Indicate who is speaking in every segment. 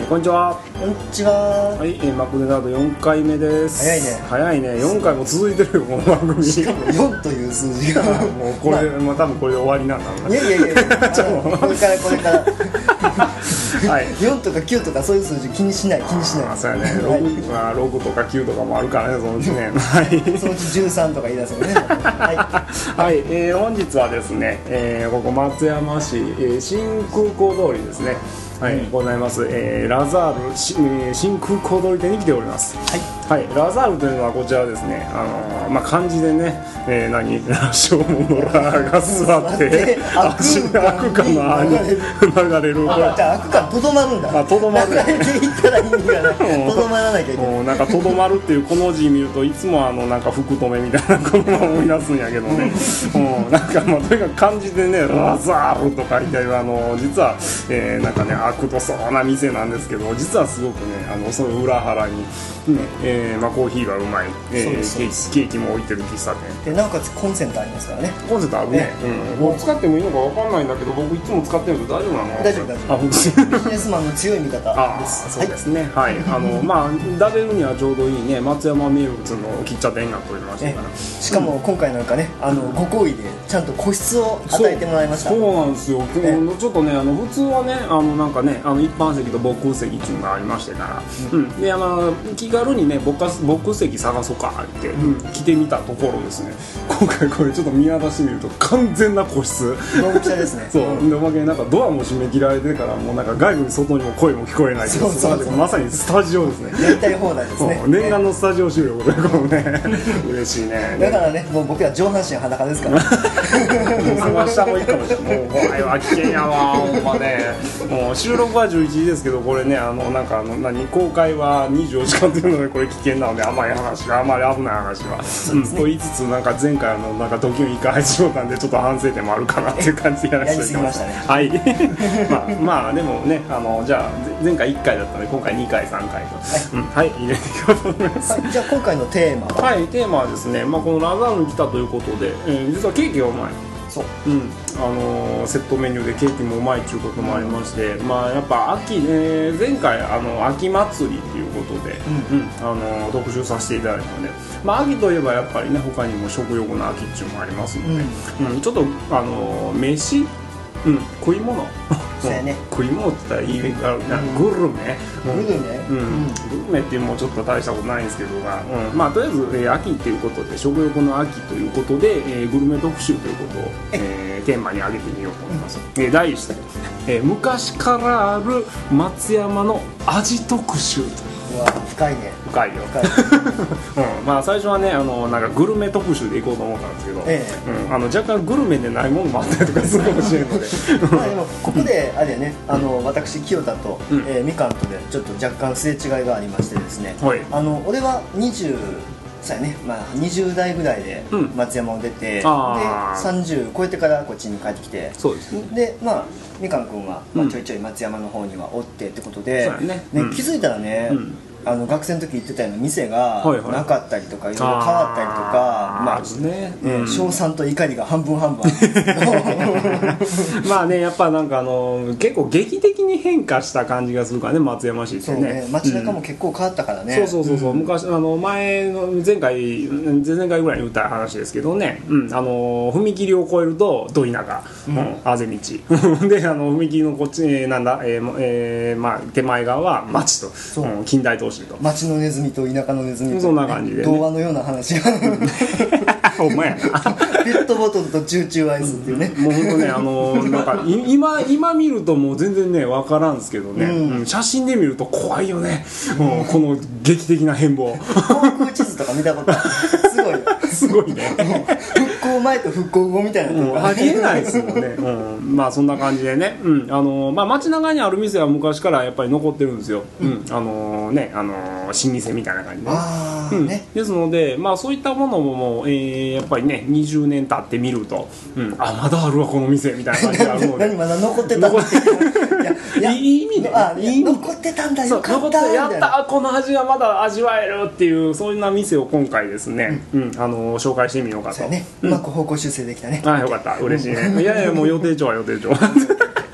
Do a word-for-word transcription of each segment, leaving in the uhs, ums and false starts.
Speaker 1: ー、こんにちは。
Speaker 2: こんにちは。
Speaker 1: はい、えー、マクデナードよんかいめです。
Speaker 2: 早いね。
Speaker 1: 早いね。よんかいも続いてるよこの番組。
Speaker 2: しかもよんという数字が
Speaker 1: もうこれ、まあ、まあ、多分これで終わりなんだろうな。
Speaker 2: いやいやいや。これからこれから。
Speaker 1: はい。
Speaker 2: よんとかきゅうとかそういう数字気にしない気にしない。
Speaker 1: あ、そうやね。ろく、まあ、ろくとかきゅうとかもあるからね、そのうちね。はい。
Speaker 2: そのうちじゅうさんとか言い出すよね。はい。
Speaker 1: はい、えー、本日はですね、えー、ここ松山市、えー、新空港通りですね。はい、うん、ございます、えー、ラザールし、えー、新空港通り店に来ております。はい、はい、ラザールというのはこちらですね、あのー、まあ漢字でね、えー、何ラショウモのラが座って足が開くかのあに流れる。
Speaker 2: あ、じゃあ開くかとどまるんだ。
Speaker 1: あ、とどまる。
Speaker 2: 流れていったら意味がない。とどまらなきゃいけない。
Speaker 1: なんかとどまるっていうこの字見るといつもあのなんか福留みたいな言葉を思い出すんやけどね。うん、なんかまあとにかく漢字でねラザールと書いてあるあの実は、えー、なんかね開くとそうな店なんですけど、実はすごくねあのその裏腹に、ねえーまあ、コーヒーがうまい、えー、ケーキ、ケーキも置いてる喫茶店
Speaker 2: で、なおかつコンセントありますからね。
Speaker 1: コンセントあるね。うん、もう使ってもいいのかわかんないんだけど、僕いつも使ってるけど大丈夫なの？
Speaker 2: 大丈夫大丈夫。
Speaker 1: あ、本当
Speaker 2: ビジネスマンの強い味方です。
Speaker 1: そうですね。はい。あのまあ食べるにはちょうどいいね松山名物の喫茶店が取りましたから。
Speaker 2: しかも今回なんかね、あのご好意でちゃんと個室を与えてもらいました。
Speaker 1: そうなんですよ。ちょっとねあの普通はねあのなんかねあの一般席とボックス席っていうのがありましてから、うん、であの気軽にねボックスボックス席探そうかって、うん、来てみたところですね。今回これちょっと見渡してみると完全な個室。
Speaker 2: ドンピシャですね。
Speaker 1: そう。でおまけになんかドアも閉め切られてからもうなんか外部に外にも声も聞こえないです。そうそうそう。まさにスタジオですね。
Speaker 2: やりたい放題ですね。
Speaker 1: 念願のスタジオ収録でこのね嬉しいね。
Speaker 2: だからねもう僕ら上半身裸ですから。
Speaker 1: その下もいいかもしれない。もう怖いわ危険やわほんまね。もう収録はじゅういちじですけどこれねあのなんかあの何公開はにじゅうよじかんというのでこれ危険なのであまり話があまり危ない話は。うん。と言いつつなんか前回のなんかドキュンいっかい始めたんでちょっと反省点もあるかなっていう感じでやらせていただきました。はい。まあまあでもねあのじゃあ前回いっかいだったので今回にかいさんかいと。はい。うん、はい入れていこうと思います。
Speaker 2: はい。じゃあ今回のテーマは。
Speaker 1: はい。テーマはですねまあこのラザールに来たということで、えー、実はケーキがうまい。
Speaker 2: そう、
Speaker 1: うん、あのー、セットメニューでケーキもうまいということもありまして、まあやっぱ秋、えー、前回あの秋祭りっていうことで、うんうん、あのー、特集させていただいたので、まあ秋といえばやっぱりね他にも食欲の秋っていうのもありますので、うんうん、ちょっとあのー、飯、うん、食い物
Speaker 2: そうやね、
Speaker 1: 食い物って言ったらいいかな、うん、グルメ、
Speaker 2: グルメ、
Speaker 1: うん、グルメっていうのもちょっと大したことないんですけどが、うん、まあとりあえず、えー、秋っていうことで食欲の秋ということで、えー、グルメ特集ということを、えー、テーマに挙げてみようと思います。うん、えー、題して、えー、昔からある松山の味特集という。
Speaker 2: うわ深いね。
Speaker 1: 深いよ。深いうん、まあ最初はねあのなんかグルメ特集でいこうと思ったんですけど、ええうん、あの若干グルメでないものもあったりとかするかもしれないので
Speaker 2: まあでもここであれやねあの私清田と、うんえー、みかんとでちょっと若干すれ違いがありましてですね、はい、あの俺はにじゅうそうやね、まあ、にじゅう代ぐらいで松山を出て、うん、でさんじゅう超えてからこっちに帰ってきて
Speaker 1: そうですね
Speaker 2: でまあみかん君は、まあ、ちょいちょい松山の方にはおってってことで、うんねね、気づいたらね、うんあの学生の時行ってたような店がなかったりとかいろいろ変わったりとか、まあね、称賛と怒りが半分半分
Speaker 1: まあねやっぱなんかあの結構劇的に変化した感じがするからね松山市ってね。そうね
Speaker 2: 街中も結構変わったからね。
Speaker 1: そうそうそうそう、うん、昔あの前の前回前々回ぐらいに言った話ですけどね、うん、あの踏切を越えるとど田舎、うんうん、あぜ道であの踏切のこっちなんだ、えーえーまあ、手前側は町と、うん、近代都市
Speaker 2: 町のネズミと田舎のネズミと、ね、
Speaker 1: そんな感じで、ね、
Speaker 2: 童話のような話が
Speaker 1: ほんまやな
Speaker 2: ペットボトルとチューチューアイスっていうね、
Speaker 1: もうほんとねあのー、なんか今今見るともう全然ね分からんすけどね、うんうん、写真で見ると怖いよね、うん、この劇的な変貌
Speaker 2: 航空地図とか見たことあるすごい
Speaker 1: すごいね
Speaker 2: 復興前と復興後みたいなとこ、
Speaker 1: うん、ありえないですよね、うん、まあそんな感じでね、うんあのーまあ、街中にある店は昔からやっぱり残ってるんですよ、うんうん、あのー、ねあのー老舗みたいな感じで、ねうん、ねですので、まあ、そういったものももう、えー、やっぱりねにじゅうねん経ってみると、うん、あまだあるわこの店みたいな感じがあるので
Speaker 2: 何まだ残ってたんだ
Speaker 1: いやいい意味で、ね、
Speaker 2: あいい残ってたんだよかった
Speaker 1: やったこの味がまだ味わえるっていうそんな店を今回ですね、うんうん、あの紹介してみようかと
Speaker 2: そう、ねうん、うまく方向修正できたね
Speaker 1: あよかった嬉しいねいやいやもう予定調は予定調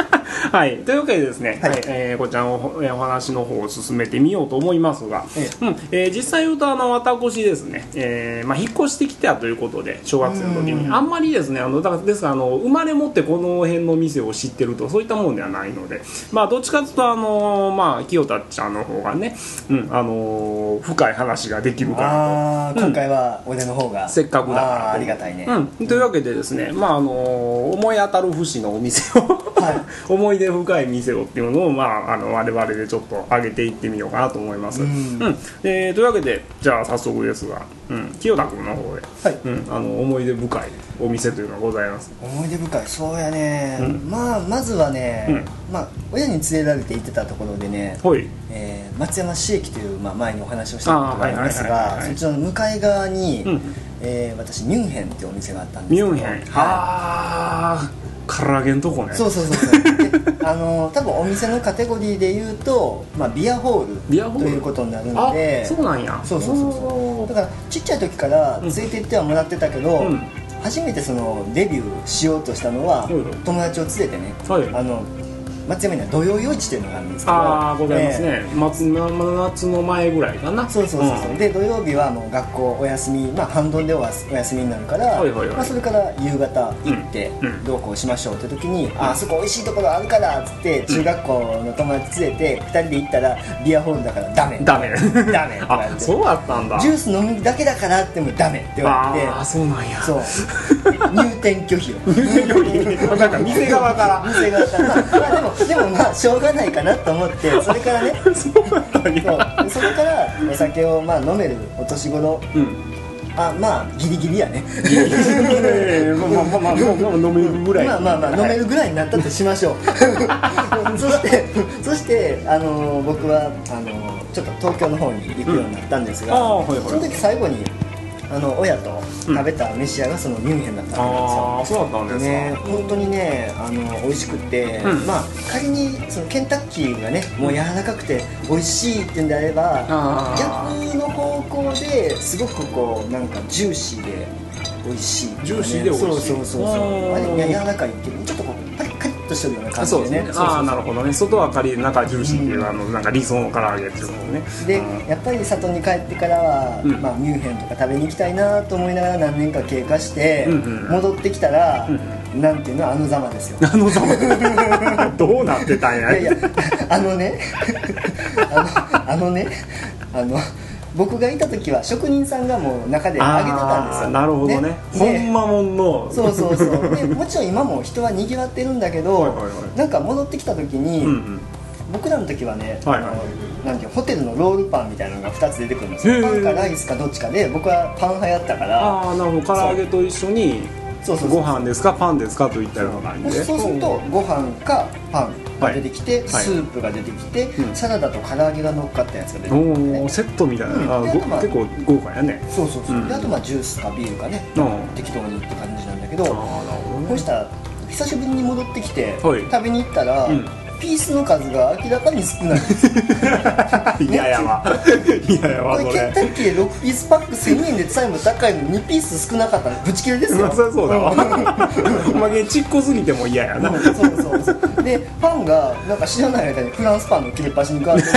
Speaker 1: はい、というわけでですね、
Speaker 2: はい、
Speaker 1: はい、えー、こちらの お, お話の方を進めてみようと思いますが、ええ、うんえー、実際言うとあの私ですね、えーまあ、引っ越してきたということで小学生の時にあんまりですねあのだからですからあの生まれ持ってこの辺の店を知ってるとそういったもんではないので、まあ、どっちかというとあの、まあ、清田ちゃんの方がね、うんあのー、深い話ができるから
Speaker 2: と、うん、今回は俺の方が
Speaker 1: せっかくだから
Speaker 2: あ, ありがたいね、
Speaker 1: うん、というわけでですね、まああのー、思い当たる節のお店を、はい、思い出深い店をっていうのを、まあ、あの我々でちょっと上げていってみようかなと思います、うんうんえー、というわけでじゃあ早速ですが、うん、清田君の方で、はいうん、あの思い出深いお店というのがございます。
Speaker 2: 思い出深いそうやね、うん、まあまずはね、うんまあ、親に連れられて行ってたところでね、はいえー、松山市駅という、まあ、前にお話をしたことがありますがそちらの向かい側に、うんえー、私ミュンヘンっていうお店があったんですけど
Speaker 1: ミュンヘン、はい、ああ唐揚げのとこね
Speaker 2: そうそうそうそうであの多分お店のカテゴリーで言うと、まあ、ビアホールということになるので
Speaker 1: そうなんや
Speaker 2: そうそうそうそうだからちっちゃい時から連れて行ってはもらってたけど、うん、初めてそのデビューしようとしたのは、うん、友達を連れてね、はい、あの松山には土曜夜市というのがあるんですけど
Speaker 1: ああございますね、えー、夏の前ぐらいかな
Speaker 2: そうそうそうそう、うん、で土曜日はもう学校お休みまあ半ドンでお休みになるから、はいはいはいまあ、それから夕方行ってどうこうしましょうって時に、うん、あそこ美味しいところあるからっつって中学校の友達連れてふたりで行ったらビアホールだからダメ
Speaker 1: ダメ
Speaker 2: ダメって言われて
Speaker 1: あそうだったんだ
Speaker 2: ジュース飲むだけだからってもダメって言われて
Speaker 1: ああそうなんや
Speaker 2: そう入店拒否を
Speaker 1: 入店拒否なんか店側から
Speaker 2: 店側からまあ、まあ、でもでもまあしょうがないかなと思ってそれからね
Speaker 1: そうなんや
Speaker 2: そうそれからお酒をまあ飲めるお年頃、うん、あまあギリギリやねギリギリ
Speaker 1: まあまあまあまあ飲めるぐらい
Speaker 2: まあまあまあ飲めるぐらいになったとしましょうそしてそしてあの僕はあのちょっと東京の方に行くようになったんですが、うんはいはい、その時最後にあの親と食べた飯屋がそのミュンヘンだったんですよ、
Speaker 1: うん、ああそうだったんですか、
Speaker 2: ね、本当にねあの美味しくて、うん、まあ仮にそのケンタッキーがねもう柔らかくて美味しいっていうんであれば、うん、逆の方向ですごくこうなんかジューシーで美味しい、ね、
Speaker 1: ジューシーで美味しい
Speaker 2: そうそうそうそうあれ柔らかいっていうちょっとこうパリカリッとしてるような感じでね、そうですね
Speaker 1: ああなるほどね外はカリッ中ジューシーっていう、うん、あのなんか理想の唐揚げっていうのね
Speaker 2: で、うん、やっぱり里に帰ってからは、うんまあ、ミュンヘンとか食べに行きたいなと思いながら何年か経過して、うんうん、戻ってきたら、うんうん、なんていうのあのざまですよ
Speaker 1: あのざまどうなってたんや
Speaker 2: いやいやあのねあのあのねあの僕がいた時は職人さんがもう中で揚げてたんですよ。
Speaker 1: なるほどね、ねほんまもんの
Speaker 2: そうそうそうでもちろん今も人はにぎわってるんだけどはいはい、はい、なんか戻ってきた時に、うんうん、僕らの時はね、はいはい、あのなんていうホテルのロールパンみたいなのがふたつ出てくるんですよ。パンかライスかどっちかで僕はパン派やったから
Speaker 1: ああなるほど唐揚げと一緒にそうそうそうご飯ですかパンですかといったような感じで
Speaker 2: そうするとご飯かパンが出てきて、はい、スープが出てきて、はい、サラダと唐揚げが乗っかったやつが出てくる、ね、
Speaker 1: おセットみたいな、うん、あまあ、結構豪華やね
Speaker 2: そうそうそう、うん、であとまあジュースかビールかね、うん、適当にって感じなんだけど、あ、なるほどね、こうしたら久しぶりに戻ってきて、はい、食べに行ったら、うんピースの数が明らかに少ないです
Speaker 1: いややわいややわ
Speaker 2: これケンタッキーでろくピースパックせんえんでさえも高いのににピース少なかったらぶち切れですよ、
Speaker 1: まあ、そりゃそうだわおまけちっこすぎても嫌やな、うん、
Speaker 2: そうそうそうでパンがなんか知らない間にフランスパンの切れっ端に変わってる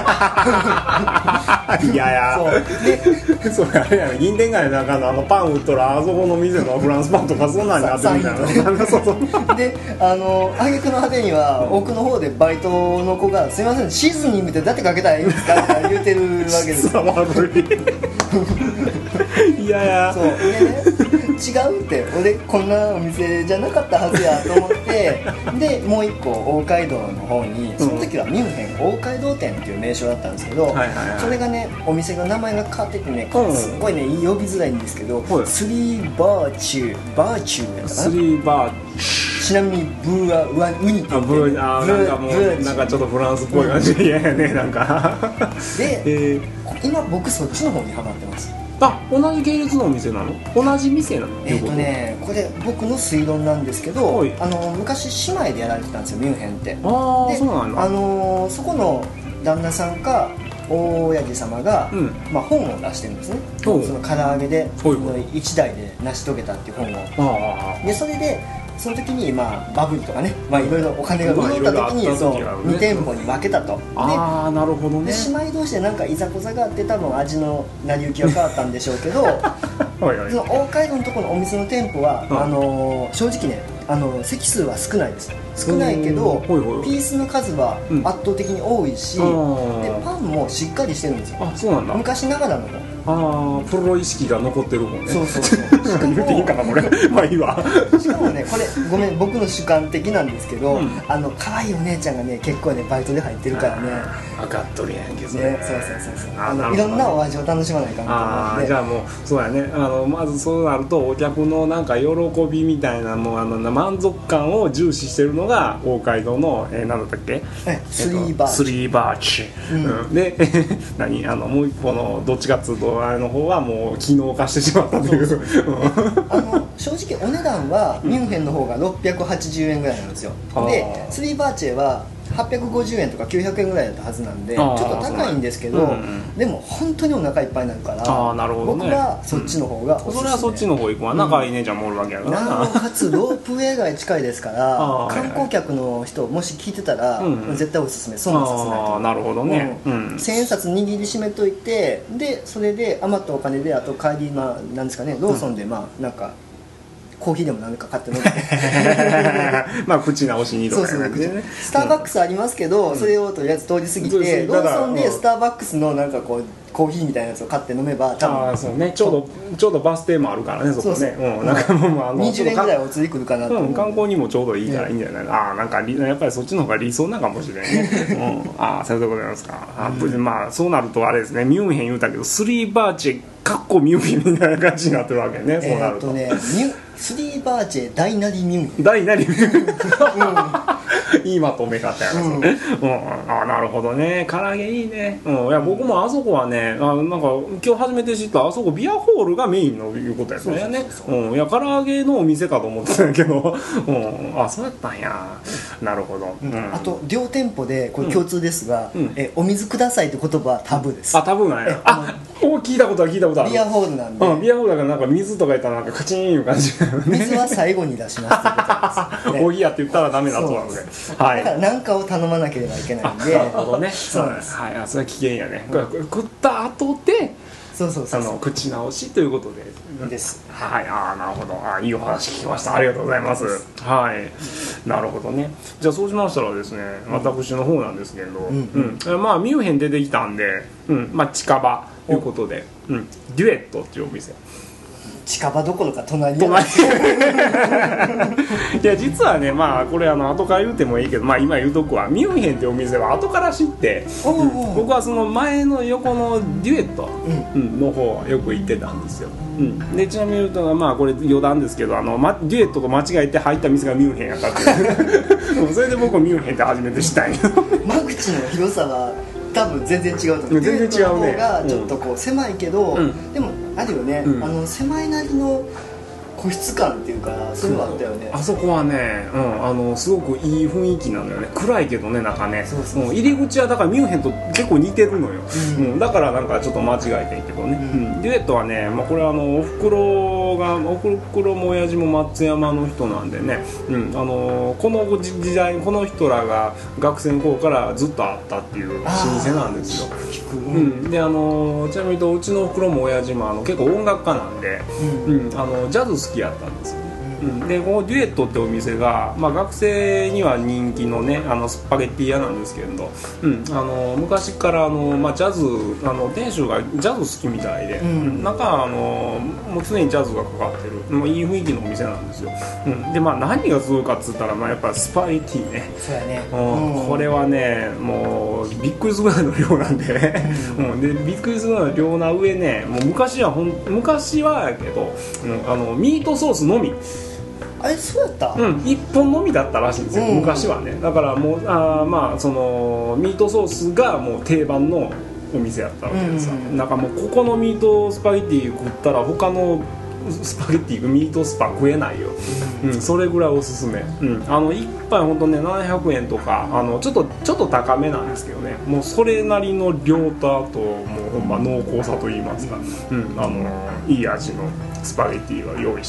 Speaker 1: しいややそうでそれあれやね銀天街の中のあのパン売っとらあそこの店のフランスパンとかそんなんになってるみたいなそうそう
Speaker 2: であの挙句の果てには奥の方でバイトの子がすいませんシーズニングってだってかけたらいいんですかって言うてるわけですよ
Speaker 1: いやいや
Speaker 2: そうでね違うって俺こんなお店じゃなかったはずやと思ってでもう一個大街道の方にその時はミュンヘン大街道店っていう名称だったんですけど、うんはいはいはい、それがねお店の名前が変わっててね、うん、すごいね呼びづらいんですけど、うん、スリーバーチューバーチューやったかな
Speaker 1: スリーバーチュー
Speaker 2: ちなみにブーはウニって
Speaker 1: 言ってブーあなんかもうなんかちょっとフランスっぽい感じで嫌やねなんか
Speaker 2: で、えー、今僕そっちの方にハマってます。
Speaker 1: あ同じ系列のお店なの同じ店なの
Speaker 2: えっ、ー、とねこれ僕の推論なんですけどあの昔姉妹でやられてたんですよミュンヘンって
Speaker 1: ああそうなんだ
Speaker 2: あのそこの旦那さんか大親父様が、うんまあ、本を出してるんですねその唐揚げでいちだいで成し遂げたっていう本をでそれでその時にまあバブルとかね、まあいろいろお金が潤った時に、まあ、そうに店舗に分けたと。
Speaker 1: ああなるほどね。
Speaker 2: で姉妹同士でなんかいざこざがあって多分味の成り行きは変わったんでしょうけどはい、はい、その大街道のところのお店の店舗は、うん、あのー、正直ねあの席数は少ないです。少ないけどピースの数は圧倒的に多いし、うん、でパンもしっかりしてるんですよ。
Speaker 1: あ、そうなんだ。
Speaker 2: 昔ながらの
Speaker 1: ああ、プロ意識が残ってるもんね。
Speaker 2: そうそうそう
Speaker 1: 言っていいかなこれまあいいわ。
Speaker 2: しかもねこれごめん僕の主観的なんですけど、うん、あの可愛いお姉ちゃんがね結構ねバイトで入ってるからね
Speaker 1: 分かっとるやんけど
Speaker 2: ね。ね、そうそうそうそう、あのいろんなお味を楽しまないかなと思うんで。
Speaker 1: あ、じゃあもうそうやね、あのまずそうなるとお客のなんか喜びみたいなもうあの満足感を重視してるのが大街道の、えー、何だったっけ、
Speaker 2: えスリーバーチ、
Speaker 1: スリーバーチ、うんうん、で何あのもう一方のどっちかっつうとあれの方はもう機能化してしまったという。そうそう
Speaker 2: あの正直お値段はミュンヘンの方がろっぴゃくはちじゅうえんぐらいなんですよ。でスリーバーチェははっぴゃくごじゅうえんとかきゅうひゃくえんぐらいだったはずなんでちょっと高いんですけど、うんうん、でも本当にお腹いっぱいになるから、
Speaker 1: あ、なるほどね、
Speaker 2: 僕はそっちの方がおすすめ、うん、
Speaker 1: それはそっちの方行くわ。仲いい姉ちゃんもおるわけやからな、
Speaker 2: なおかつロープウェイが近いですから観光客の人もし聞いてたら、うんうん、絶対おすすめ。損はさせないと。
Speaker 1: あ、なるほどね、
Speaker 2: うんうん、千円札握りしめといて、でそれで余ったお金であと帰り、まあ、なんですかね、ローソンでまあなんかコーヒーでも何か買って飲んで
Speaker 1: まあ口直しにとか
Speaker 2: そうそう、スターバックスありますけど、うん、それをとりあえず通り過ぎて、うん、ローソンでスターバックスのなんかこうコーヒーみたいなやつを買って飲めば多分、
Speaker 1: あ、そうね、ちょうどちょうどバス停もあるからね、そこね。そうそう、うん、なんかもうあの
Speaker 2: にじゅうえんぐらいお釣りくるかなと思う、
Speaker 1: うん、観光にもちょうどいいからいいんじゃない、ね、ああ、なんかやっぱりそっちの方が理想なのかもしれないね、うん、ああ、そういうところでございますか。あ、うん、まあそうなるとあれですね、ミュンヘン言うたけどスリーバーチェかっこミュンヘンみたいな感じになってるわけね、そうなると。
Speaker 2: えーっとねスリーバーチェ大なりミュンヘン、
Speaker 1: 大なりミュンヘン、うん、いいまとめ方やな、うんうん、あ、なるほどね。唐揚げいいね、うん、いや僕もあそこはね、あ、なんか今日初めて知ったあそこビアホールがメインのいうことやったんやね。いや唐揚げのお店かと思ってたんやけど、うん、あ、そうやったんや、なるほど、
Speaker 2: うん、あと両店舗でこれ共通ですが、うん、えお水くださいって言葉はタブーです。
Speaker 1: あ、タブーなんや。あ、お聞いたことは聞いたことある。
Speaker 2: ビアホールなんで、
Speaker 1: うん、ビアホールだからなんか水とか言ったらなんかカチーンいう感じ、ね、
Speaker 2: 水は最後に出しますってことです、ね、
Speaker 1: おぎやって言ったらダメだそうなので、はい、
Speaker 2: だから何かを頼まなければいけないんで。
Speaker 1: なるほどね、そうです、はい、あ、それは危険やね、うん、食った後でそうそうそうそう、あの口直しということで
Speaker 2: です、
Speaker 1: はい、あ、なるほど、あ、いいお話聞きました、ありがとうございます。はい、なるほどね。じゃあそうしましたらですね、私の方なんですけど、うんうん、まあミュンヘン出てきたんで、うん、まあ近場ということで、うん、デュエットっていうお店、
Speaker 2: 近場どころか隣に
Speaker 1: いや実はね、まあこれあの後から言うてもいいけど、まあ今言うとこはミュンヘンってお店は後から知って、うん、僕はその前の横のデュエットの方はよく行ってたんですよ、うん、でちなみに言うと、まあこれ余談ですけど、あの、ま、デュエットと間違えて入った店がミュンヘンやったっていうそれで僕ミュンヘンって初めて知ったんや
Speaker 2: 間口の広さは多分全然違うと思う。
Speaker 1: 全然違うね。
Speaker 2: デュエットの方がちょっとこう狭いけど、うん、でもあるよね、うん、あの狭いなりの個室感っていうか、そういうのあったよね。
Speaker 1: あそこはね、うん、あのすごくいい雰囲気なのよね。暗いけどね、中ね。そうそうそう、入り口はだからミュンヘンと結構似てるのよ、うんうん、だからなんかちょっと間違えてんけどね、うんうん、デュエットはね、まあ、これはあのおふくろがおふくろも親父も松山の人なんでね、うん、あのこの時代この人らが学生の頃からずっとあったっていう老舗なんですよ、うん、であのちなみに言うとうちのおふくろも親父もあの結構音楽家なんで、うんうん、あのジャズ好きやったんですよ。うん、でこのデュエットってお店が、まあ、学生には人気のねあのスパゲッティ屋なんですけれど、うん、あの昔からあの、まあ、ジャズあの店主がジャズ好きみたいで、うん、なんかあのもう常にジャズがかかってる、もういい雰囲気のお店なんですよ、うん、でまあ何がすごいかっつったら、まあ、やっぱスパゲッティね。
Speaker 2: そうやね、
Speaker 1: うん、これはねもうびっくりするぐらいの量なんでね、うんうん、でびっくりするぐらいの量な上ね、もう昔はほん昔はやけど、うん、あのミートソースのみ、
Speaker 2: あれそうやった、
Speaker 1: うん、いっぽんのみだったらしいんですよ、うん、昔はね。だからもうあまあそのミートソースがもう定番のお店やったわけでさ、うん、なんかもうここのミートスパゲッティ食ったら他のスパゲッティミートスパ食えないよ、うんうん、それぐらいおすすめ、うん、あのいっぱいほんとねななひゃくえんとか、あのちょっとちょっと高めなんですけどね、もうそれなりの量とあともうほんま濃厚さといいますか、うん、あのいい味のスパゲッティは用意してくれる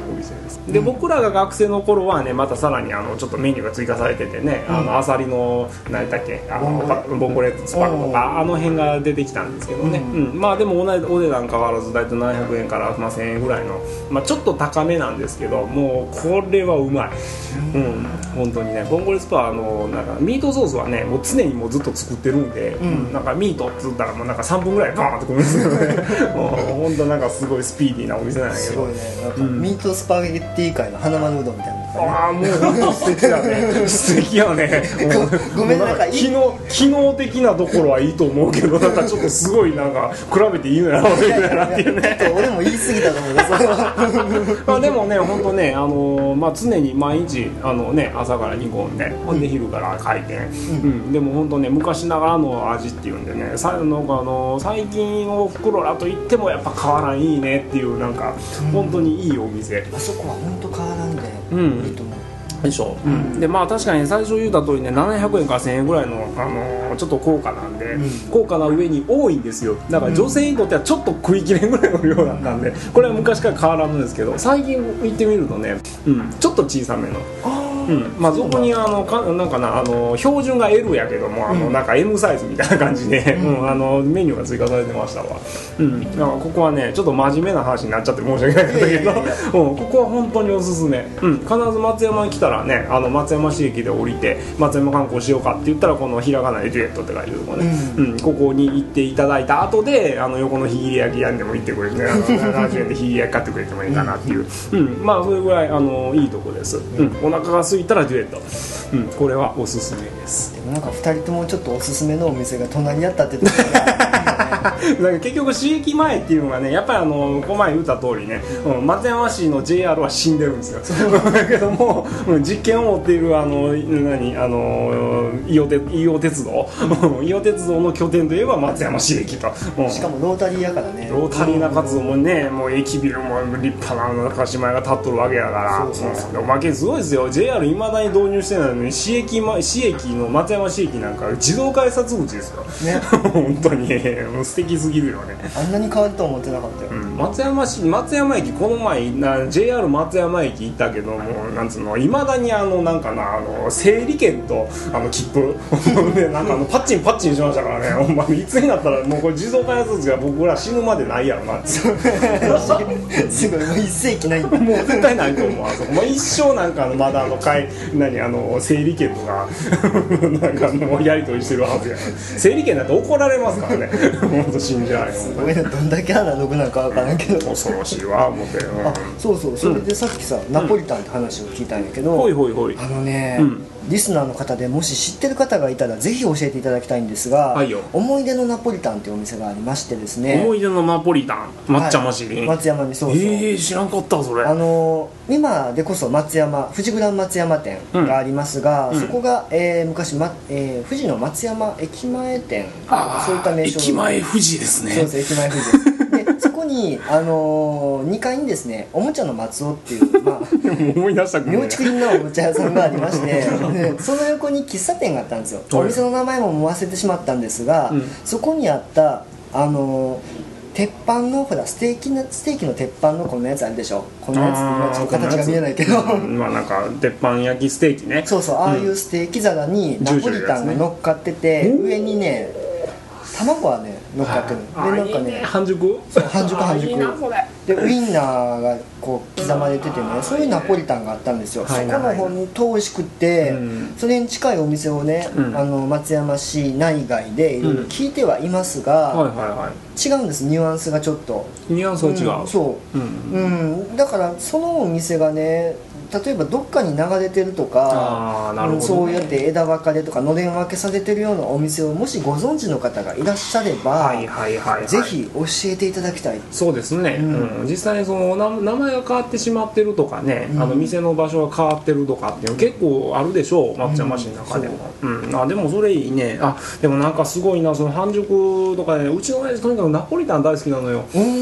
Speaker 1: お店です。で、うん、僕らが学生の頃はねまたさらにあのちょっとメニューが追加されててね、うん、あのアサリの何だっけあのボンゴレスパルとかあの辺が出てきたんですけどね、うんうん、まあでも同じお値段変わらず大体ななひゃくえんから、まあ、せんえんぐらいの、まあ、ちょっと高めなんですけどもうこれはうまい、うん、本当にねボンゴレスパはあのなんかミートソースはねもう常にもうずっと作ってるんで、うん、なんかミートって言ったらもうなんかさんぷんぐらいガーンってくるんですよねもう本当なんかすごいスピーディーなお店なんやけどすごいね
Speaker 2: なんか、うん、ミートスパゲッティ界の花丸うどんみたいな、ね、
Speaker 1: ああもう本当素敵だね素敵やね
Speaker 2: ごめんなんか
Speaker 1: 機能機能的なところはいいと思うけどなんかちょっとすごいなんか比べていいのやろみたいなっていうね
Speaker 2: ちょっと俺も言い過ぎたと思うねそれは
Speaker 1: まあでもね本当ねあのー、まあ常に毎日あのね朝から煮込んでほんで昼から開店、うんうん、でも本当ね昔ながらの味っていうんでねさなんかあのー、最近おふくろらと言ってもやっぱ変わらんいいねっていうなんか、うん、本当にいいお店
Speaker 2: あそこは本当変わらんで、うん、いいと思う
Speaker 1: でしょ、うん、でまあ確かに最初言うた通りねななひゃくえんからせんえんぐらいの、あのー、ちょっと高価なんで、うん、高価な上に多いんですよだから女性にとってはちょっと食い切れんぐらいの量だったんでこれは昔から変わらんのですけど最近行ってみるとね、うん、ちょっと小さめのうん、まあそこにあのかなんかなあの標準が エル やけどもあの、うん、なんか エム サイズみたいな感じで、うんうん、あのメニューが追加されてましたわ、うん、だからここはねちょっと真面目な話になっちゃって申し訳ないんだけど、うん、ここは本当におすすめ、うん、必ず松山に来たらねあの松山市駅で降りて松山観光しようかって言ったらこのひらがなでデュエットって書いてるとこね、うんうん、ここに行っていただいた後であの横のひぎり焼き屋にでも行ってくれてあのななじゅうえんでひぎり焼き買ってくれてもいいかなっていう、うん、まあそれぐらいあのいいとこです、うん、お腹が空いたらデュエットうん、これはおすすめです。
Speaker 2: でもなんかふたりともちょっとおすすめのお店が隣にあったって言ってた
Speaker 1: から結局市駅前っていうのがねやっぱりあのこの前言った通りね、うん、松山市の ジェイアール は死んでるんですよだけども、うん、実験を持っているあの何あの伊予鉄道伊予鉄道の拠点といえば松山市駅と、
Speaker 2: うん、しかもロータリーやからね
Speaker 1: ロータリーな活動もねもう駅ビルも立派な中島屋が建っとるわけやからそうそうそう、うん、おまけすごいですよ ジェイアール いまだに導入してないのに市駅、市駅の松山市駅なんか自動改札口ですよ、ね、本当にもう素敵すぎるよね
Speaker 2: あんなに変わると思ってなかったよ、
Speaker 1: うん、松山市松山駅この前な ジェイアール 松山駅行ったけどもなんつうのいまだにあのなんかなあの整理券とあの切符でなんかあのパッチンパッチンしましたからねほんまいつになったらもうこれ自動改札口が僕ら死ぬまでないやろなってすごい
Speaker 2: もう一世紀ないんだ
Speaker 1: もう絶対ないと思うあそこ、まあ、一生なんかあのまだあの買い何あの整理券とかなんかもうやり取りしてるはずや整理券だって怒られますからね本当信じられない
Speaker 2: すごいねどんだけアナログなんか分からんけど
Speaker 1: 恐ろしいわ思って、うん、
Speaker 2: あそうそうそれでさっきさ、うん、ナポリタンって話を聞いたんやけど、
Speaker 1: うん、ほいほいほい
Speaker 2: あのね、うんリスナーの方でもし知ってる方がいたらぜひ教えていただきたいんですが、はい、思い出のナポリタンというお店がありましてですね
Speaker 1: 思い出のナポリタン松山市に、
Speaker 2: はい、松山にそうそう
Speaker 1: えー、知らんかったそれ
Speaker 2: あの今でこそ松山富士グラン松山店がありますが、うん、そこが、えー、昔、まえー、富士の松山駅前店そういった名称
Speaker 1: 駅前富士ですね
Speaker 2: そうです駅前富士でそこに、あのー、にかいにですねおもちゃの松尾っていう、まあ、
Speaker 1: 思い出したく
Speaker 2: 妙竹林のおもちゃ屋さんがありましてその横に喫茶店があったんですよお店の名前ももう忘れてしまったんですが、うん、そこにあったあのー鉄板のほらステーキのステーキの鉄板のこんなやつあるでしょこんなやつって今ちょっと形が見えないけど
Speaker 1: まあなんか鉄板焼きステーキね
Speaker 2: そうそうああいうステーキ皿にナポリタンが乗っかってて、ね、上にね卵はね乗っかってるでなんかね
Speaker 1: 半熟
Speaker 2: そう半熟半熟でウインナーがこう刻まれててねそういうナポリタンがあったんですよ、はい、そこの本当美味しくって、うん、それに近いお店をね、うん、あの松山市内外でいろいろ聞いてはいますが、うんはいはいはい、違うんですニュアンスがちょっと
Speaker 1: ニュアンスが違う、
Speaker 2: うん、そう、うんうん、だからそのお店がね例えばどっかに流れてるとか、ねうん、そうやって枝分かれとかのれん分けされてるようなお店をもしご存知の方がいらっしゃれば、はいはいはいはい、ぜひ教えていただきたい
Speaker 1: そうですね、うんうん、実際にその名前が変わってしまってるとかね、うん、あの店の場所が変わってるとかっていうの結構あるでしょう松山市の中でも、うんうん、あでもそれいいねあでもなんかすごいなその半熟とかねうちの親父とにかくナポリタン大好きなのよ、うん、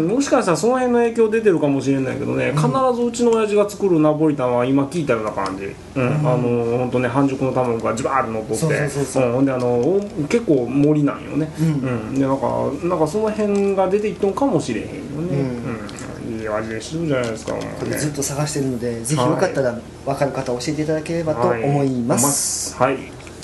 Speaker 1: もしかしたらその辺の影響出てるかもしれないけどね必ずうちの親父が作るナポリタンは今聞いたような感じ、うんうん、あの本当ね半熟の卵がジバーッと乗っとってほんであの結構盛りなんよね、うんうん、でなんかなんかその辺が出てきたのかもしれへんよね、うんうん、いいよ味にしてるじゃないですか。もうね、
Speaker 2: ずっと探してるので、ぜひよかったら分かる方教えていただければと思います。
Speaker 1: はい、はい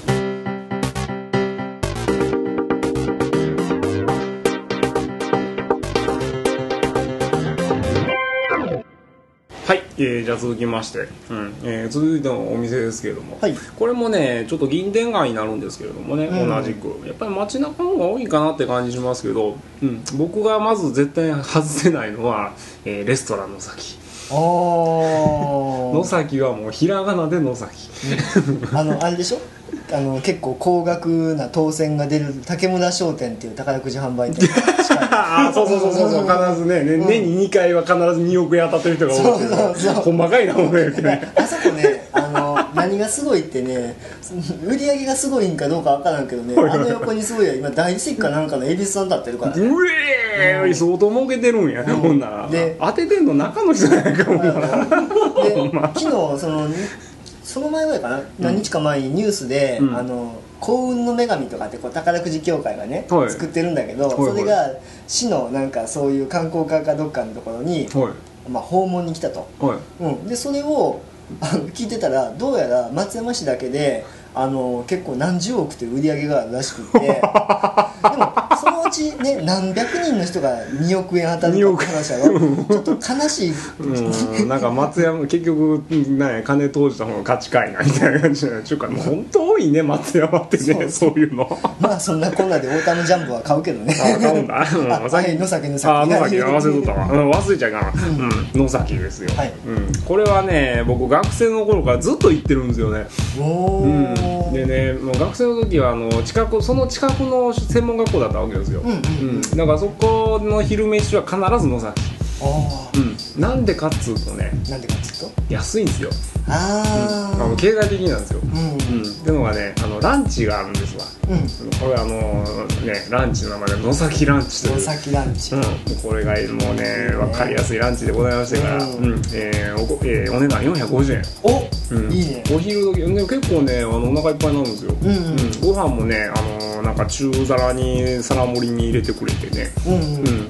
Speaker 1: はい、えー、じゃあ続きまして、うんえー、続いてのお店ですけれども、はい、これもねちょっと銀天街になるんですけれどもね、うん、同じくやっぱり街中の方が多いかなって感じしますけど、うん、僕がまず絶対外せないのは、えー、レストランの先。野崎はもうひらがなで野崎、
Speaker 2: うん、あのあれでしょ、あの結構高額な当選が出る竹村商店っていう宝くじ販売店
Speaker 1: あそうそうそうそうそう必ずね、ね、うん、年ににかいは必ずにおく円当たってる人が多いけど、そうそうそうほんまかいなもんね
Speaker 2: あそこねあの何がすごいってね、売り上げがすごいんかどうかわからんけどね、あの横にすごい今大理石かなんかの恵比寿さん立ってるからね、
Speaker 1: うえー、うん、相当儲けてるんや、うん、ほんならで当ててんの中の人じゃないかもなで
Speaker 2: 昨日そのその前ぐらいかな、うん、何日か前にニュースで、うん、あの幸運の女神とかってこう宝くじ協会がね、はい、作ってるんだけど、はい、それが市のなんかそういう観光課かどっかのところに、はい、まあ、訪問に来たと、はい、うん、でそれをあの聞いてたらどうやら松山市だけであの結構何十億という売り上げがあるらしくてでもそのうちね何百人の人がにおく円当たるって話はちょっと悲しい
Speaker 1: うんなんか松山結局、ね、金投じた方が勝ちかいなみたいな感じでちゅうかもう本当多いね松山ってねそうそういうの
Speaker 2: まあそんなこんなで太田のジャンボは買うけどね
Speaker 1: あ買うんだ
Speaker 2: あさっき野崎野崎
Speaker 1: あ野崎忘れとったわ、うん、忘れちゃいかな、うん、野崎ですよ、はい、うん、これはね僕学生の頃からずっと行ってるんですよね。おー、うんでね、もう学生の時はあの近くその近くの専門学校だったわけですよ、うんうんうん、だからそこの昼飯は必ず野崎。あ、うん、なんでかっつうとね、
Speaker 2: なんでかっつうと
Speaker 1: 安いんですよ。あ、うん、あの経済的なんですよ、うんうん、っていうのがねあのランチがあるんですわ、うん、これあのねランチの名前で野崎ランチという
Speaker 2: 野崎ランチ、うん、
Speaker 1: これがもうね分かりやすいランチでございましてから、うんうんえー お, えー、お値段よんひゃくごじゅうえん。
Speaker 2: お、うん、いいね。
Speaker 1: お昼時で結構ねあのお腹いっぱいになるんですよ、うんうんうん、ご飯もねあのなんか中皿に皿盛りに入れてくれてね、うんうんうん、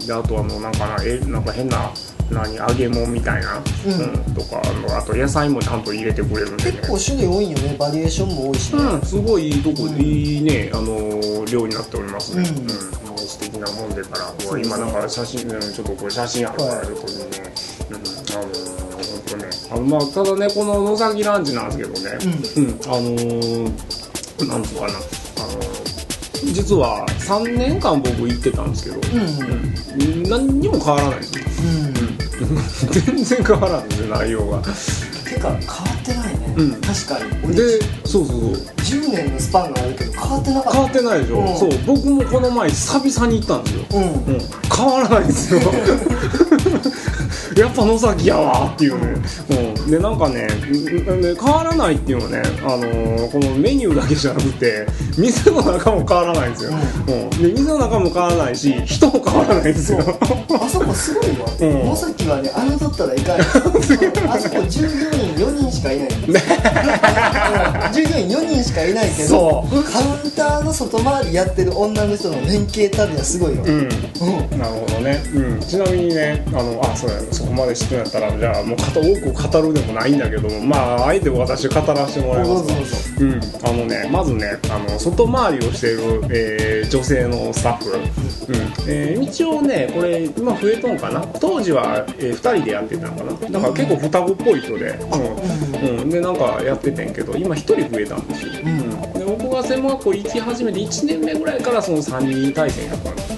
Speaker 1: であとあのなんかなえなんか変な何揚げ物みたいな、うんうん、とか あ, のあと野菜もちゃんと入れてくれるんで、ね、
Speaker 2: 結構種類多いよね。バリエーションも多いしね、
Speaker 1: うん、すごいいいとこで、うん、いいねあの量になっておりますね、うんうん、素敵なもんでから、ね、今なんか写真ちょっとこれ写真あるからちょっとね、うん、あの本当ねあのまあただねこの野崎ランチなんですけどね、うんうん、あのー、なんとかなあの実はさんねんかん僕行ってたんですけど、うんうん、何にも変わらないですよ、うんうん、全然変わらないですよ内容が。
Speaker 2: てか変わってないね、うん、確かに。
Speaker 1: でそうそうそう
Speaker 2: じゅうねんのスパンがあるけど変わってなかった。
Speaker 1: 変わってないでしょ、うん、そう僕もこの前久々に行ったんですよ、うんうん、変わらないですよやっぱ野崎やわっていうね、うん、でなんかね変わらないっていうのはね、あのー、このメニューだけじゃなくて店の中も変わらないんですよ、うんうん、で店の中も変わらないし人も変わらないんですよ。
Speaker 2: あそこすごいわ、うん、野崎はね侮ったらいかんあそこ従業員よにんしかいないんです従業員よにんしかいないけどカウンターの外回りやってる女の人の連携たるやすごいよ、うんうん、
Speaker 1: なるほどね、うん、ちなみにねあのあそうやそこまで知ってんやったらじゃあもう多く語るでもないんだけども、まああえて私語らせてもらいますか。うん、あのねまずねあの外回りをしている、えー、女性のスタッフ、うんえー、一応ねこれ今増えとんかな。当時は、えー、ふたりでやってたのかな。だから結構双子っぽい人で、うんうん、でなんかやっててんけど今ひとり増えたんですよ、うん、で僕が専門学校行き始めていちねんめぐらいからそのさんにん対戦やったんです、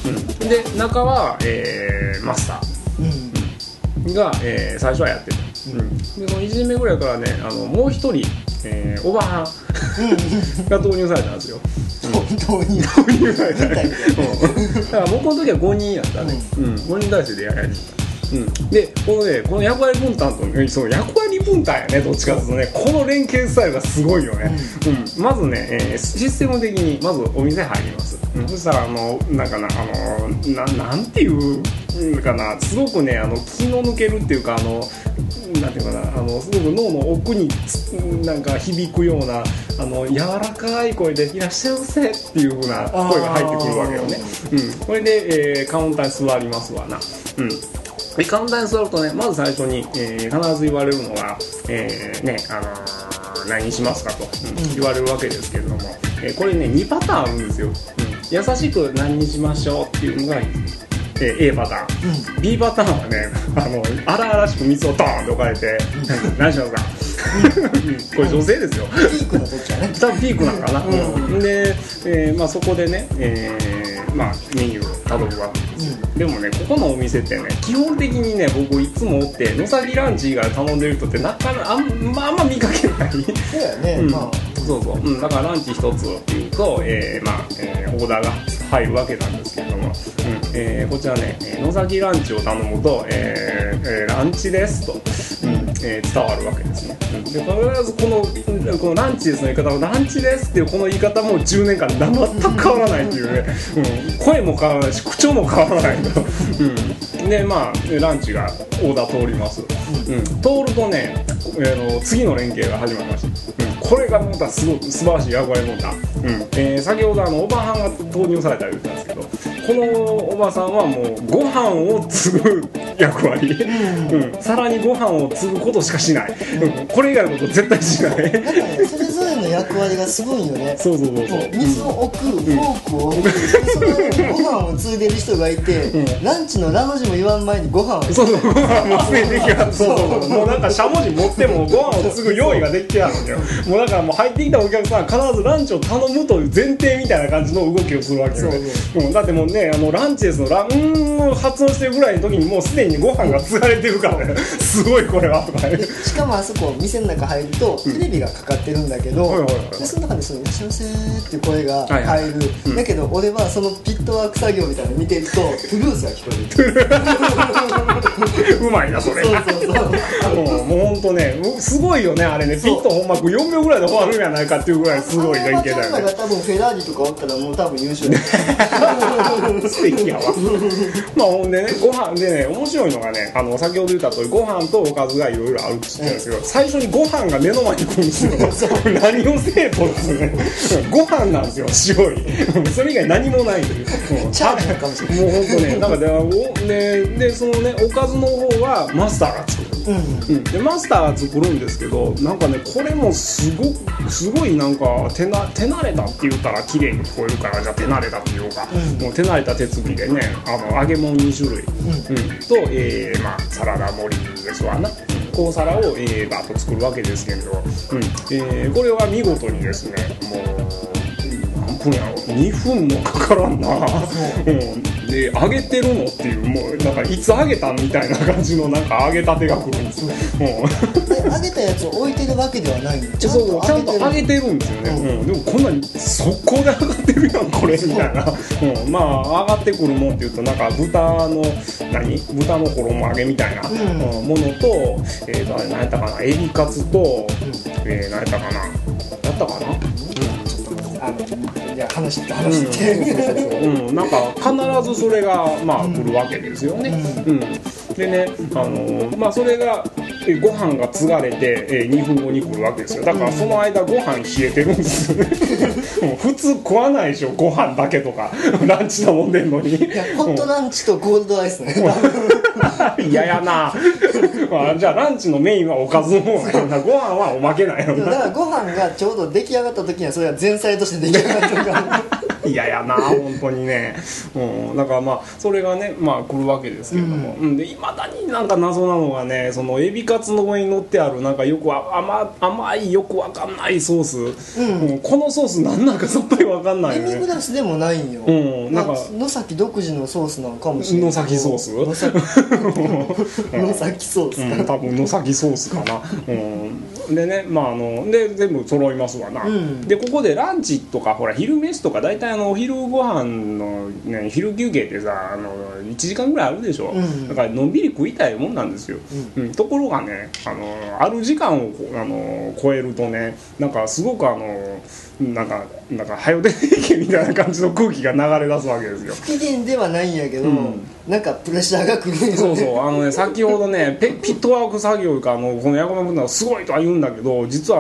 Speaker 1: うん、で中は、えー、マスター、うん、が、えー、最初はやってた、うん、でそのいちねんめぐらいからねあのもうひとり、えー、おばはんが投入されたんですよ。
Speaker 2: 投入
Speaker 1: 投入されたねだから僕の時はごにんやったね、うん、ごにん体制でやられてた。うん、でこのねこの役割分担と、ね、その役割分担やねどっちかというとねこの連携スタイルがすごいよね、うんうん、まずね、えー、システム的にまずお店入ります、うん、そしたらあのなんかなあの な, なんていうかなすごくねあの気の抜けるっていうかあのなんていうかなあのすごく脳の奥になんか響くようなあの柔らかい声でいらっしゃいませっていう風な声が入ってくるわけよね、うん、これで、えー、カウンターに座りますわな、うんで簡単に座るとね、まず最初に、えー、必ず言われるのが、えー、ね、あのー、何にしますかと、うん、言われるわけですけれども、えー、これねにパターンあるんですよ、うん、優しく何にしましょうっていうのが、えー、A パターン、うん、B パターンはね、あの荒々しく水をドーンと置かれて、うん、何しますかこれ女性ですよ、
Speaker 2: ピークの時はね
Speaker 1: 多分ピークなんかな、うん、で、えーまあ、そこでね、えーまあ、メニューを頼むわけです、うん、でもねここのお店ってね基本的にね僕いつもおって野崎ランチ以外頼んでる人ってなかなかあんまあんま見かけない
Speaker 2: そうやね、うん、まあ
Speaker 1: そうそう、うん、だからランチ一つっていうと、えーまあえー、オーダーが入るわけなんですけれども、うんえー、こちらね野崎ランチを頼むと、えーえー、ランチですと、うんえー、伝わるわけですね、うん、で必ずこの、このランチですの言い方もランチですっていうこの言い方もじゅうねんかん全く変わらないっていうね、うん、声も変わらないし口調も変わらないと、うん、でまあランチがオーダー通ります、うん、通るとね、えー、の次の連携が始まりました、うん、これがまたすごく素晴らしい役割もんだ、うんえー、先ほどあのおばはんが投入されたり言ったんですけどこのおばさんはもうご飯を継ぐ役割、うん、さらにご飯を継ぐことしかしない、うん、これ以外のこと絶対しないなんか
Speaker 2: ねそれぞれの役割がすごいよね
Speaker 1: そうそうそうそう
Speaker 2: 水を置く、うん、フォークを置く、うん、その上にご飯を継いでる人がいて、うん、ランチのラの字も言わん前にご飯を
Speaker 1: そうそうご飯も継いできやそうそうそうもうなんかしゃもじ持ってもご飯を継ぐ用意ができてやるんだよもうだからもう入ってきたお客さんは必ずランチを頼むという前提みたいな感じの動きをするわけよねそうそう、うん、だってもうねあのランチですのランを発音してるぐらいの時にもうすでにご飯が継がれてるからねすごいこれはとかね
Speaker 2: しかもあそこ店の中入るとテレビがかかってるんだけど、うん、でその中でそのいらっしゃいませーっていう声が入る、はいはいうん、だけど俺はそのピットワーク作業みたいなの見てるとトゥルースが聞こえる
Speaker 1: うまいなそれそうそうそうもうもうほんとねすごいよねあれねピットほんまよんびょうぐらいで終わるんじゃないかっていうぐらいすごい連携だよね
Speaker 2: が多分フェラーリとかおったらもう多分優勝
Speaker 1: 素敵やわまあほんでねご飯でね面白いのがねあの先ほど言った通りご飯とおかずがいろいろあるって言ってるんですけど、うん、最初にご飯が目の前に来るんですよ何をせえとですねご飯なんですよ白いそれ以外何もないんですよ
Speaker 2: チャーハンかもしれない
Speaker 1: もうほんとねなんかで, で, でそのねおかずの方はマスターが作るうんうん、でマスターが作るんですけどなんかねこれもすごすごいなんか手な手慣れたって言ったら綺麗に聞こえるからじゃあ手慣れたっていうか、うん、もう手慣れた手つきでねあの揚げ物に種類、うんうん、と、えーまあ、サラダ盛りですわなこう皿を、えー、バーッと作るわけですけど、うんえー、これは見事にですねもう何分やろにふんもかからんな、うん、で揚げてるのっていうもうなんかいつ揚げたみたいな感じのなんか揚げたてが来るんですよ、うん、
Speaker 2: 揚げたやつを置いてるわけではないの
Speaker 1: ちゃんとちゃんと揚げてるんですよね、うんうん、でもこんなに速攻で揚がってるやんこれみたいな、うん、まあ揚がってくるもんっていうとなんか豚の何豚の衣揚げみたいな、うん、ものと、えー、何やったかなエビカツと、うんえー、何やったかなやったかな、うん
Speaker 2: いや話って話って、
Speaker 1: うん、なんか必ずそれがまあ来るわけですよね、うんうん、でね、あのー、まあそれがご飯が継がれて、えー、にふんごに来るわけですよだからその間ご飯冷えてるんですよね普通食わないでしょご飯だけとかランチ頼んでんのにい
Speaker 2: やホットランチとゴールドアイスね
Speaker 1: 嫌やなまあ、じゃあランチのメインはおかずの方なんやご飯はおまけなんやろ
Speaker 2: だからご飯がちょうど出来上がった時にはそれは前菜として出来上がってるから
Speaker 1: 嫌やな本当にね、うん、だからまあそれがねまあ来るわけですけども、うん、でいまだになんか謎なのがねそのエビカツの上に乗ってあるなんかよく甘, 甘いよくわかんないソース、うんうん、このソースなんなんかさっぱりわかんないよね
Speaker 2: デミグラスでもないんよ、うん、なんか野崎独自のソースなのかもしれない
Speaker 1: 野崎ソース
Speaker 2: 野崎野崎ソースか、
Speaker 1: うん、多分野崎ソースかな、うん、でねまああので全部揃いますわな、うん、でここでランチとかほら昼飯とか大体あのお昼ご飯の、ね、昼休憩ってさあのいちじかんぐらいあるでしょ、うん、だからのんびり食いたいもんなんですよ、うんうん、ところがねあのある時間をあの超えるとねなんかすごくあのなんかなんか早出ていけみたいな感じの空気が流れ出すわけですよ
Speaker 2: 不機嫌ではないんやけど、うん、なんかプレッシャーがくるよね
Speaker 1: そうそうあのね先ほどねピットワーク作業かあのこのヤコマ君はすごいとは言うんだけど実はあの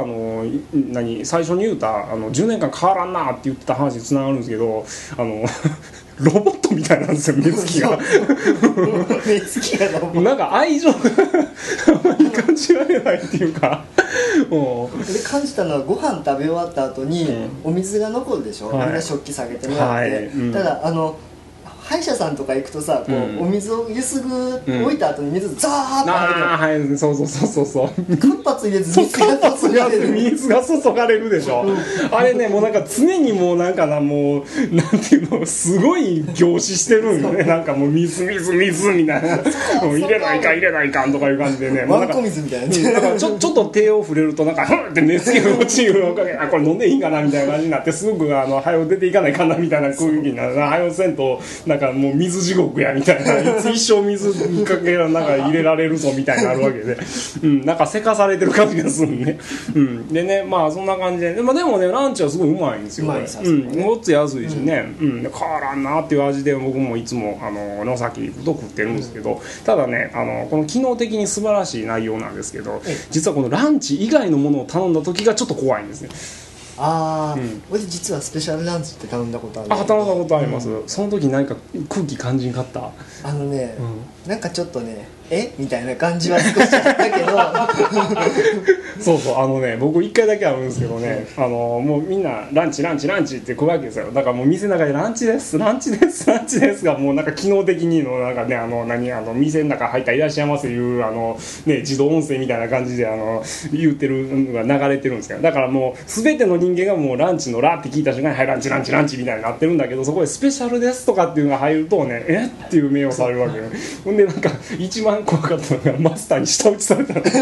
Speaker 1: 何最初に言うたあのじゅうねんかん変わらんなって言ってた話につながるんですけど、あのロボットみたいなんですよ、目つきが
Speaker 2: 目つきがロボット
Speaker 1: なんか愛情があんまり感じられないっていうか
Speaker 2: で感じたのは、ご飯食べ終わった後にお水が残るでしょ、うん、みんな食器下げてもらって、はいうん、ただあの歯医者さんとか行くとさ、こう、うん、お水をゆすぐ、うん、置いた後に水ザーッと入るの、
Speaker 1: あーはいそうそうそうそうそう
Speaker 2: 間髪入れず水が注がれる
Speaker 1: 水が注がれるでしょ、うん、あれねもうなんか常にもうなんかなもうなんていうのすごい凝視してるんよねなんかもう水水水みたいなもう入れないか入れないかんとかいう感じでね
Speaker 2: わんこ水みたいな、
Speaker 1: うん、だからちょちょっと手を触れるとなんかふんって熱気が落ちるおかげあこれ飲んでいいんかなみたいな感じになってすぐあの早う出ていかないかなみたいな空気になるな早うせんとなんかもう水地獄やみたいないつ一生水かけらなんか入れられるぞみたいになるわけで、うん、なんかせかされてる感じがするね、うん、でねまあそんな感じで、まあ、でもねランチはすごいうまいんですよ、
Speaker 2: うまいさ、
Speaker 1: うん、ごっつ安いしね、うんうん、変わらんなっていう味で僕もいつもあの野崎行くと食ってるんですけど、ただねあのこの機能的に素晴らしい内容なんですけど、実はこのランチ以外のものを頼んだ時がちょっと怖いんですね。
Speaker 2: ああ、うん、俺実はスペシャルランチって頼んだことある。
Speaker 1: あ、頼んだことあります、うん、その時何か空気感じんかった？
Speaker 2: あのね、うん、なんかちょっとねえみたいな感じは少しあったけど
Speaker 1: そうそうあのね僕いっかいだけあるんですけどね、あのもうみんなランチランチランチって食うわけですよ。だからもう店の中でランチですランチですランチですがもうなんか機能的にのなんかねあの何あの店の中入ったらいらっしゃいませいうあのね自動音声みたいな感じであの言ってるのが流れてるんですけど、だからもう全ての人間がもうランチのラって聞いた瞬間にはいランチランチランチみたいになってるんだけど、そこでスペシャルですとかっていうのが入るとねえっていう目をされるわけよ。ほんでなんか一番怖かったのがマスターに舌打ちされたで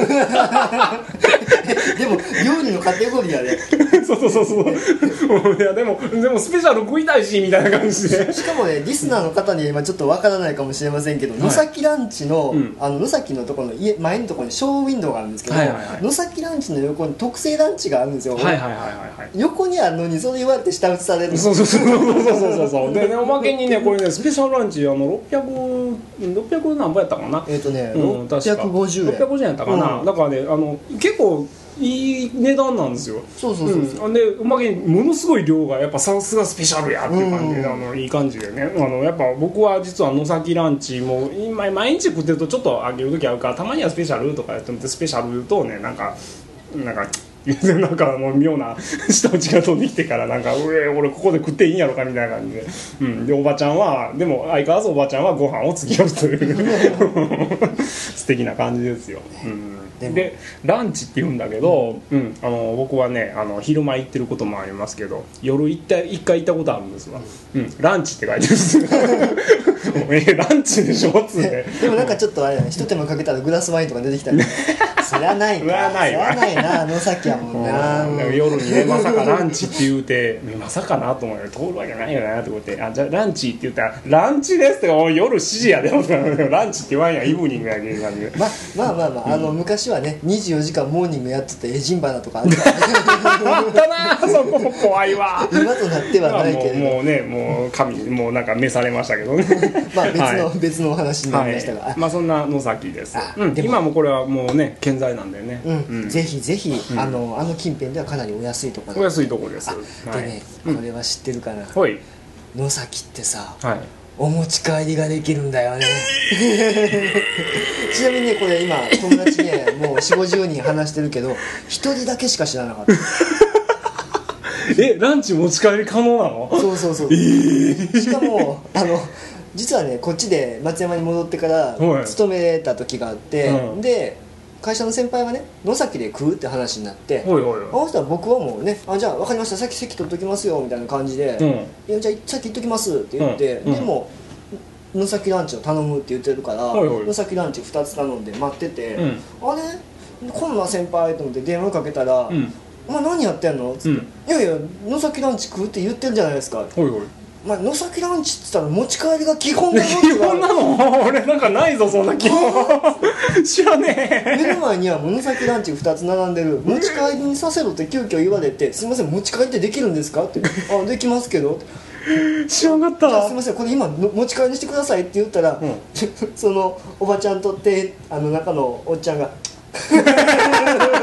Speaker 2: も料理のカテゴリーやで
Speaker 1: そうそうそうそういやでもでもスペシャル食いたいしみたいな感じで
Speaker 2: しかもねリスナーの方には今ちょっとわからないかもしれませんけど、はい、野崎ランチの、うん、あの野崎のところの家前のところにショーウィンドウがあるんですけど、はいはいはい、野崎ランチの横に特製ランチがあるんですよ、はいはいはいはい、横にあるのにそれ言われて舌打ちされる。
Speaker 1: そうそうそうそうそうそうでねおまけにねこれねスペシャルランチあのろっぴゃく、ろっぴゃく何ぼやったかな
Speaker 2: えっ、ー、とね、うん、ろっぴゃくごじゅうえん
Speaker 1: ろっぴゃくごじゅうえんやったかな、うん、だからねあの結構いい値段なんですよ。
Speaker 2: そうそうそうそう、
Speaker 1: うん、でおまけにものすごい量がやっぱさすがスペシャルやっていう感じで、うん、あのいい感じでねあのやっぱ僕は実は野崎ランチも今毎日食ってるとちょっとあげる時あるからたまにはスペシャルとかやってみてスペシャル言うとねなんかなんかなんかもう妙な舌打ちが飛んできてからなんか俺俺ここで食っていいんやろかみたいな感じで、うん、でおばちゃんはでも相変わらずおばちゃんはご飯をつぎ寄るという素敵な感じですよ、うんでランチって言うんだけど、うん、あの僕はねあの昼間行ってることもありますけど夜行った一回行ったことあるんですわ、うん、ランチって書いてるんですよえランチでしょっつって
Speaker 2: でもなんかちょっとあれだね一手間かけたらグラスワインとか出てきたり知らないか知らないわ知らないな野崎やもんな、
Speaker 1: うん、夜にねまさかランチって言うてまさかなと思うよ通るわけないよなって思ってあじゃあランチって言ったらランチですって夜しちじやでランチって言わんやイブニングやけ感じで
Speaker 2: ままあまあまあ、うん、あの昔はねにじゅうよじかんモーニングやっててエジンバナとかあったから
Speaker 1: あったなそこも怖いわ
Speaker 2: 今となってはないけど
Speaker 1: もう、もうねもう神もうなんか召されましたけどね
Speaker 2: まあ別の、はい、別のお話になりましたが、
Speaker 1: はい、まあそんな野崎です、うん、今もこれはもうね健在なんだよね、
Speaker 2: うんうん、ぜひぜひ、うん、あのあの近辺ではかなりお安いところ
Speaker 1: お安いところです
Speaker 2: でね、はい、これは知ってるかな、
Speaker 1: うん、
Speaker 2: 野崎ってさ、
Speaker 1: はい
Speaker 2: お持ち帰りができるんだよねちなみにねこれ今友達ねもう よんじゅうごじゅうにん話してるけどひとりだけしか知らなかった
Speaker 1: えランチ持ち帰り可能なの？
Speaker 2: そうそうそう、えー、しかもあの実はねこっちで松山に戻ってから勤めた時があって、うん、で会社の先輩がね野崎で食うって話になって、
Speaker 1: おいおいおい
Speaker 2: あの人は僕はもうねあじゃあ分かりましたさっき席取っときますよみたいな感じで、うん、いやじゃあさっき行っときますって言って、うん、でも野崎ランチを頼むって言ってるから、おいおい野崎ランチふたつ頼んで待ってて、うん、あれこんな先輩と思って電話かけたら、うん、お前何やってんのっつって、うん、いやいや野崎ランチ食うって言ってるじゃないですか。
Speaker 1: おいおい
Speaker 2: まあ、野崎ランチって言ったら持ち帰りが基本だよ
Speaker 1: 基本なの俺なんかないぞそんな基本知らねえ
Speaker 2: 目の前には野崎ランチふたつ並んでる持ち帰りにさせろって急遽言われてすいません持ち帰りってできるんですかってあできますけど
Speaker 1: 知らなかった
Speaker 2: じゃあすいませんこれ今持ち帰りにしてくださいって言ったら、うん、そのおばちゃんとってあの中のおっちゃんが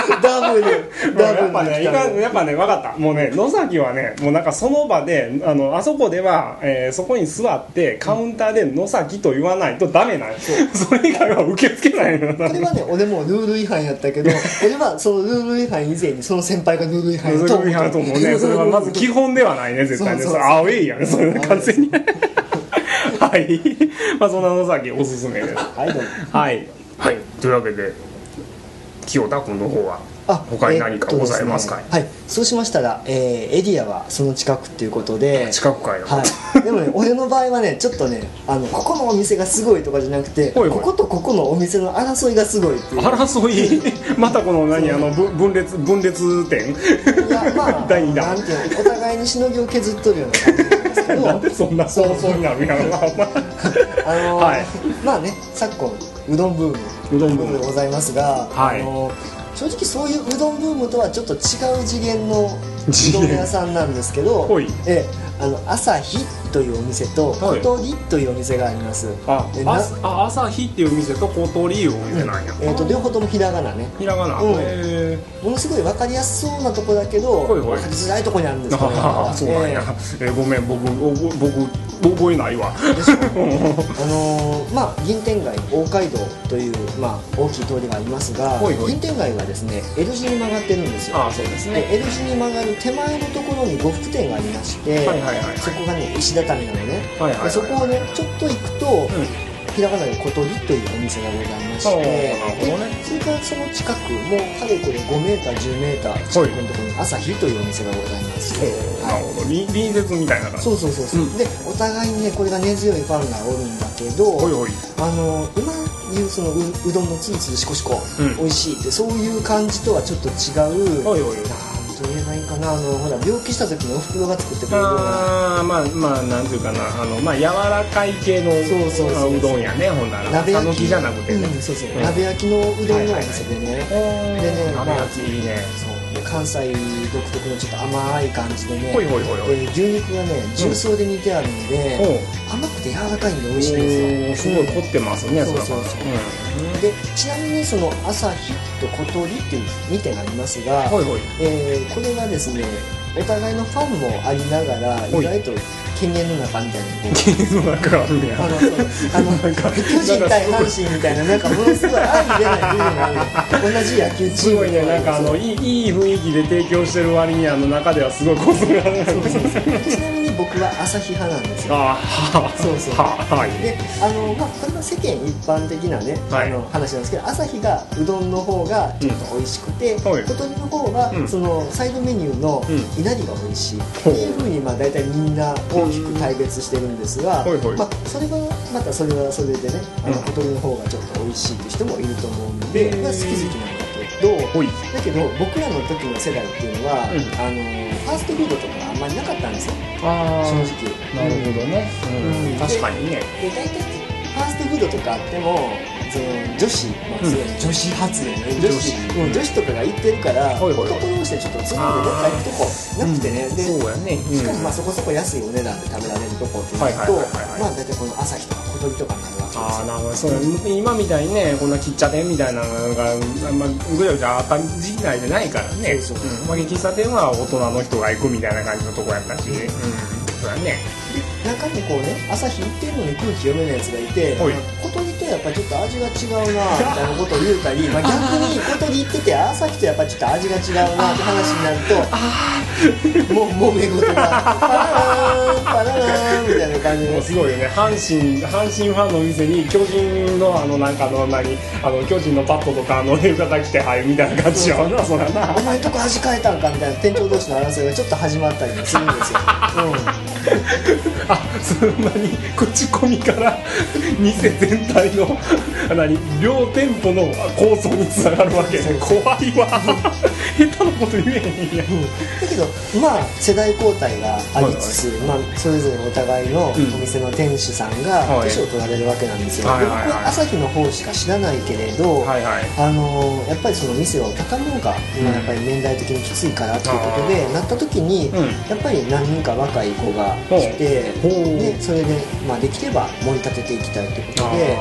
Speaker 2: ダブルダブル
Speaker 1: やっぱね、やっぱね、分かった。もうね、野崎はね、もうなんかその場で、あの、あそこでは、えー、そこに座ってカウンターで野崎と言わないとダメなんですよ。それ以外は受け付けないのよ。
Speaker 2: これはね、俺もルール違反やったけど、俺はそのルール違反以前にその先輩がルール違反やと思う。ルール違反と思うね。それはまず基本ではないね、絶対ね。それアウェイやね、それ完全に。はい。まあそんな野崎おすすめです。はい、どうも。はい。はい。というわけで、清田君の方は他に何かございますか？ えーすね、はい、そうしましたら、えー、エリアはその近くっていうことで、
Speaker 1: 近くかよ、
Speaker 2: はい、でもね俺の場合はねちょっとねあのここのお店がすごいとかじゃなくて、こことここのお店の争いがすごいっていう。
Speaker 1: 争いまたこの何あの分裂分裂点。いやまあ第二弾
Speaker 2: なんていうの、お互いにしのぎを削っとるような感じなんですけど
Speaker 1: なんでそんな想像になるんやろな。あの
Speaker 2: ーはい、まあね昨今うどんブーム
Speaker 1: うどんブーム
Speaker 2: でございますが、
Speaker 1: はい、
Speaker 2: あの正直そういううどんブームとはちょっと違う次元のうどん屋さんなんですけど、えあの朝日というお店と小鳥というお店があります。
Speaker 1: ああ朝日っていうお店と小鳥いうお店なんや、
Speaker 2: うん、えー、と両方ともひらがなね、
Speaker 1: ひらがな、うん、へ
Speaker 2: ものすごい分かりやすそうなとこだけど分かりづらいとこにあるんですよね。
Speaker 1: あそうなんや、えーえー、ごめん僕僕覚えないわ。
Speaker 2: でしょあのー、まあ銀天街大街道という、まあ、大きい通りがありますが、ほいほい銀天街はですね L 字に曲がってるんですよ。
Speaker 1: あそうですね。
Speaker 2: で L 字に曲がる手前のところに呉服店がありまして、はいはいはいはい、そこがね石畳なのね、はいはいはいはい、でそこをねちょっと行くと、うん、ひらがなで小鳥というお店がございまして、ね、でそれからその近くもうかれこれごメーターじゅうメーター近くのところに朝日というお店がございます。
Speaker 1: なるほど、隣接みたいな感じ。
Speaker 2: そうそうそうそう、うん、でお互いにねこれが根強いファンがおるんだけど、おいおいあの今いうその う, うどんのつるつるしこしこ、うん、美味しいってそういう感じとはちょっと違う、おいおいなんと言えばいいかな、あのほら病気した時におふくろが作ってくれるような、
Speaker 1: あまあまあなんていうかな、あのまあ柔らかい系のそうそうそうそううどんやね。ほんなら鍋焼きじゃなくてね、うん、そうそう、うん、鍋焼きのうどんのお店でね、はいはいはい、でね鍋焼きいいね。そう関西独特のちょっと甘い感じでね、ほいほいほいほい、牛肉がね重曹で煮てあるんで、うん、甘くて柔らかいんで美味しいんですよ。 すごい凝ってますね。
Speaker 2: そうそうそう、うん、でちなみにその朝日と小鳥っていうにてんありますが、ほいほい、えー、これがですねお互いのファンもありながら意外と権限の中みたいな、
Speaker 1: 権限の中あるんや、
Speaker 2: あのあの巨人対阪神みたいな、なんかものすごい愛に出ない部分がある同じ野球チーム
Speaker 1: すごいね、なんかあのいい、いい雰囲気で提供してる割にあの中ではすごいコスがある。
Speaker 2: ちなみに僕は朝日派なんですよ。ああそうそう、はい、であの、まあ、これは世間一般的なね、はい、あの話なんですけど、朝日がうどんの方がちょっと美味しくて、うん、小鳥の方が、うん、そのサイドメニューのいなりが美味しい、うん、っていうふうにまあ大体みんな大きく大別してるんですが、うん、まあ、それがまたそれはそれでね、あの小鳥の方がちょっと美味しいっていう人もいると思うんで、これは好き好きなんだけど、だけど僕らの時の世代っていうのは、うん、あのファーストフードとかあんまりなかったんですよ、あ正直。
Speaker 1: なるほどね、うんうん、確かにね。
Speaker 2: で大体ファーストフードとかあってもその女子、まあ、女子発言ね、うん、女子、うん、女子とかが行ってるから、男同士でちょっとつまんでどっか行くとこなくてね、うん、でそうやね、うん、しかもまあそこそこ安いお値段で食べられるとこってなると、まあ大体この朝日とか小鳥とかになるわけですよ。あなるほど、そう、
Speaker 1: うん、今みたいにねこんな喫茶店みたいなのがあんまぐちゃぐちゃあった時代じゃないからね。そうそう、うん、まあ、喫茶店は大人の人が行くみたいな感じのとこやったし、うん、そうやね。
Speaker 2: で中にこうね朝日行ってるのに空気読めないやつがいて、小鳥とやっぱりちょっと味が違うなみたいなことを言うたり、まあ、逆に小鳥行ってて朝日とやっぱりちょっと味が違うなって話になるともうもめ事がパララーンパララーンみたいな感じで、
Speaker 1: すごいよね。阪神阪神ファンの店に巨人のあのなんかの何あの巨人のパッドとかの浴衣着て入るみたいな感じやな。そらな、
Speaker 2: お前とこ味変えたんかみたいな店長同士の争いがちょっと始まったりもするんですよ、うん
Speaker 1: あ、そんなに口コミから店全体の何両店舗の構想につながるわけね。怖いわ下手なこと言えへんや、うん、
Speaker 2: だけどまあ世代交代がありつつ、はいはい、まあ、それぞれお互いのお店の店主さんが年を取られるわけなんですよ、はい、で僕は朝日の方しか知らないけれど、はいはい、あのやっぱりその店を畳むのが今やっぱり年代的にきついからということで、うん、なった時に、うん、やっぱり何人か若い子が来て、でそれで、まあ、できれば盛り立てていきたいということで、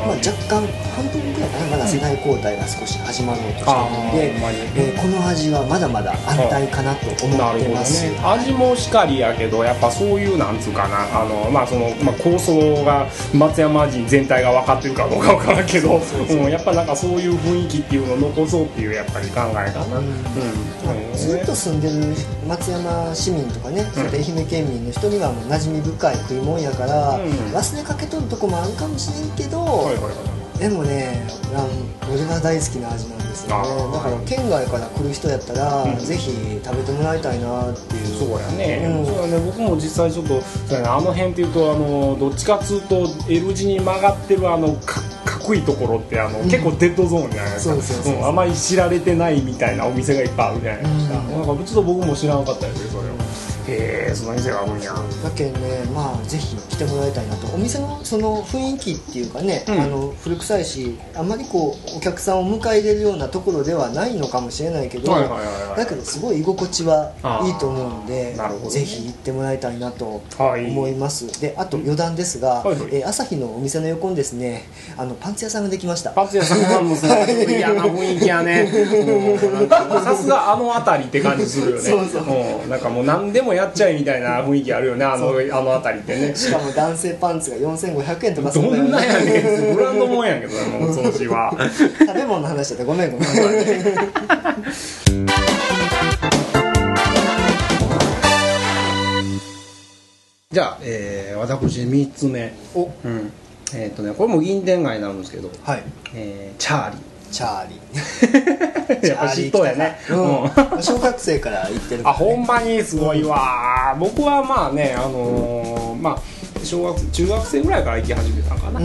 Speaker 2: まあ、若干半分ぐらいかな、まだ世代交代が少し始まろうとしているので、えー、この味はまだまだ安泰かなと思ってます。
Speaker 1: ね、味もしかりやけどやっぱそういうなんつうかなあの、まあそのまあ、構想が松山人全体が分かってるかどうか分からんけど、やっぱなんかそういう雰囲気っていうのを残そうっていうやっぱり考えかな、うんうん
Speaker 2: うん、ずっと住んでる松山市民とかね、うん、愛媛県民の人にはもう馴染み深い食い物やから、うん、忘れかけとるとこもあるかもしれんけど、はいはいはい、でもね俺が大好きな味なんですよね。だから県外から来る人やったら、うん、ぜひ食べてもらいたいなっていう。
Speaker 1: そうやね、うん、そうやね。僕も実際ちょっとそうや、ね、あの辺っていうとあのどっちかっつうと L 字に曲がってるあのかかっこいいところってあの、うん、結構デッドゾーンじゃないですか。そうそうそうそう、うん、あまり知られてないみたいなお店がいっぱいあるじゃないですか、うん、なんかちょっと僕も知らなかったですよそれを。へえ、その店があるんや。
Speaker 2: だけどね、まあぜひ来てもらいたいなと。お店のその雰囲気っていうかね、うん、あの古臭いしあんまりこうお客さんを迎え入れるようなところではないのかもしれないけど、はいはいはいはい、だけどすごい居心地はいいと思うんで、ね、ぜひ行ってもらいたいなと思います、はい、であと余談ですが、はいはい、えー、朝日のお店の横にですねあのパンツ屋さんができました。
Speaker 1: パンツ屋さんがもう嫌な雰囲気やね。さすがあの辺りって感じするよね。そうそう、うん、なんかもう何でもやっちゃえみたいな雰囲気あるよね、あの、あの辺りってね。
Speaker 2: しかも男性パンツがよんせんごひゃくえんとか
Speaker 1: そんなよね。どんなやねん、ブランドもんやけどね、もうその日は。
Speaker 2: 食べ物の話だったらごめんごめん。
Speaker 1: じゃあ、えー、私みっつめ。お、うん、えー、っとねこれも銀天街なんですけど、はい、えー、チャーリー。
Speaker 2: チャーリー
Speaker 1: やっぱ嫉妬やね、
Speaker 2: うん、小学生から行ってるから、
Speaker 1: ね、あ、ほんまにすごいわ、うん、僕はまあね、あのー、まあ小学中学生ぐらいから行き始めたかな、うんうん、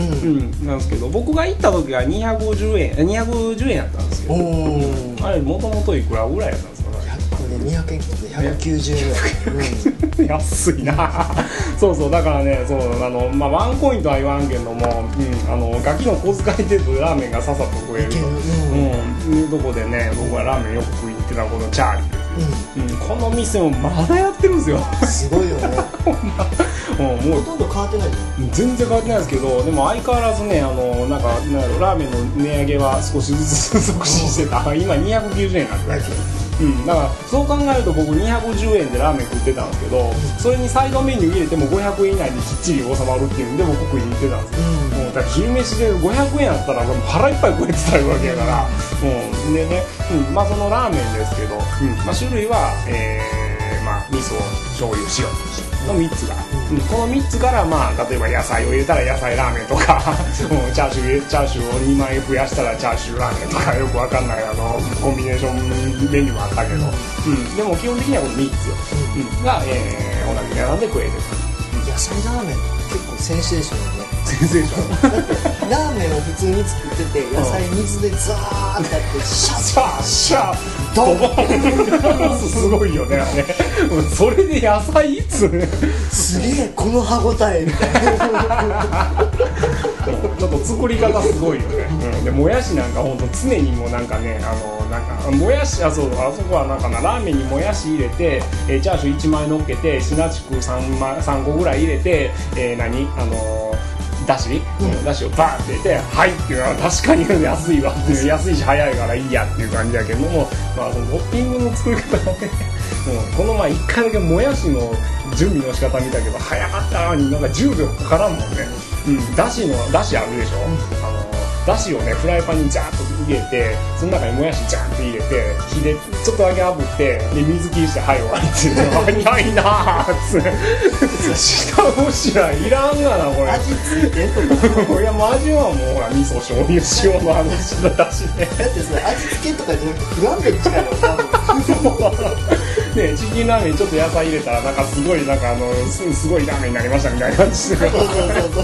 Speaker 1: なんですけど僕が行った時はにひゃくごじゅうえんにひゃくじゅうえんやったんですけど、あれもともといくらぐらいやったんですか。
Speaker 2: これにひゃくえん切ってひゃくきゅうじゅうえん、うん、
Speaker 1: 安いな。そうそう、だからね、そうあの、まあ、ワンコインとは言わんけども、うん、あのガキの小遣い程度でラーメンがささっと食えると、うん、いうとこでね、僕はラーメンよく食いに行ってたこのチャーリーですよ、うんうん、この店もまだやってるんですよ。
Speaker 2: すごいよね。もうほとんど変わってない。
Speaker 1: 全然変わってないですけど、でも相変わらずね、あのなんかなんラーメンの値上げは少しずつ促進してた。今にひゃくきゅうじゅうえんになってないですよ。うん、だからそう考えると僕にひゃくじゅうえんでラーメン食ってたんですけど、それにサイドメニュー入れてもごひゃくえん以内できっちり収まるっていうんで僕食いに行ってたんですよ、うん、もうだから昼飯でごひゃくえんあったら腹いっぱい食えてたわけやから、うん、でね、うん、まあそのラーメンですけど、うん、まあ、種類は、えーまあ、味噌、醤油、塩のみっつが、うん、このみっつからまあ例えば野菜を入れたら野菜ラーメンとかうん、チャーシューチャーシューをにまい増やしたらチャーシューラーメンとかよくわかんないあのコンビネーションメニューもあったけど、うん、でも基本的にはこのみっつ、うん、が、えー、同じ値段で食える。
Speaker 2: 野菜ラーメン結構センセーションよね。
Speaker 1: センセーション。
Speaker 2: だってラーメンを普通に作ってて野菜水でザーってやってシャッシャッシャッドン
Speaker 1: すごいよねあれ。それで野菜いつ
Speaker 2: すげえこの歯ごたえみたいな。
Speaker 1: ちょっと作り方すごいよね、うん、でもやしなんかほんと常にもうなんかねあのなんかもやしあそうあそこはなんかなラーメンにもやし入れて、えー、チャーシューいちまい乗っけてシナチク 3, さんこぐらい入れて、えー、何あのー、だし、うん、だしをバーって入れてはいっていうのは確かに安いわっていう安いし早いからいいやっていう感じだけども、まあそのトッピングの作り方がねうん、この前いっかいだけもやしの準備の仕方見たけど早かったのになんかじゅうびょうかからんもんね、うん、だしのだしあるでしょ、うん、あのだしをねフライパンにジャーッと入れてその中にもやしジャーッと入れて火でちょっとだけ炙ってで水切りしてはい終わりっていう早いなーっつって下ごしらえいらんがなこれ
Speaker 2: 味付いてんとか
Speaker 1: いやもう味はもうほら味噌醤油塩の話のだしね
Speaker 2: だってそれ味付けとかじゃなくてフランベに近いの多分
Speaker 1: ね、チキンラーメンちょっと野菜入れたらなんかすごいなんかあの す, すごいラーメンになりましたみたいな感じでそうそうそう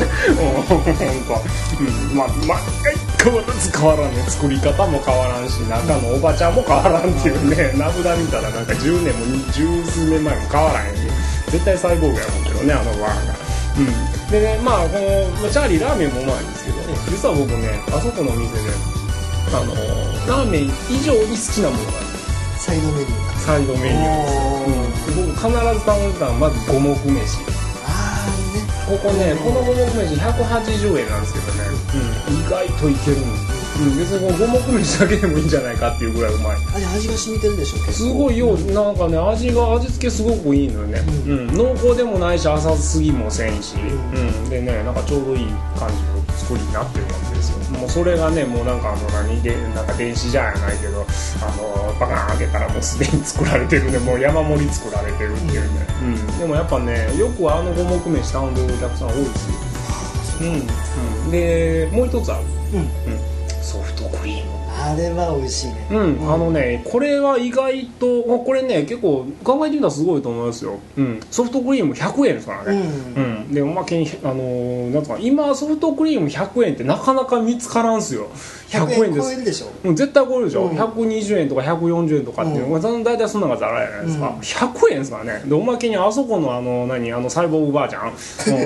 Speaker 1: うんまあまあ変わらず変わらんね作り方も変わらんし中のおばちゃんも変わらんっていうね名札見たらなんかじゅうねんも十数年前も変わらへんし絶対サイボーグやもんけどねあのバーが、うん、でねまあこのチャーリーラーメンもうまいんですけどね実は僕ねあそこのお店であのラーメン以上に好きなものがある
Speaker 2: サイドメニュー
Speaker 1: サイドメニューです、うん、僕必ず頼んでたのはまず五目飯
Speaker 2: あーね
Speaker 1: 五ここね、この五目飯ひゃくはちじゅうえんなんですけどね、うん、意外といけるんです。うん、別に五目飯だけでもいいんじゃないかっていうぐらいうまい。
Speaker 2: あれ味が染みてるでしょ結構。
Speaker 1: すごいよ、なんかね味が味付けすごくいいのよね、うんうん、濃厚でもないし浅すぎもせんし、うん、でねなんかちょうどいい感じの作りになってるわけですよ。もうそれがねもうなんかあの何でなんか電子じゃないけどあのバカーン開けたらもうすでに作られてるね、もう山盛り作られてるっていうね、うん、でもやっぱねよくあの五目飯頼んでるお客さん多いですよ。うんうん、でもう一つある、うんうんソフトクリーム。
Speaker 2: あれは美味しいね。
Speaker 1: うん、うん、あのねこれは意外とこれね結構考えてみたらすごいと思いますよ。うん、ソフトクリームひゃくえんですからね。うん、うん、でおまけにあのー、なんとか今ソフトクリームひゃくえんってなかなか見つからんすよ。ひゃくえんです。
Speaker 2: ひゃくえん超えるでしょ。
Speaker 1: うん、絶対超えるでしょ、うん、ひゃくにじゅうえんとかひゃくよんじゅうえんとかっていうのが、うん、大体そんなのがざらじゃないですか、うん、ひゃくえんですからね。でおまけにあそこのあの何あのサイボーグばあちゃん、うん、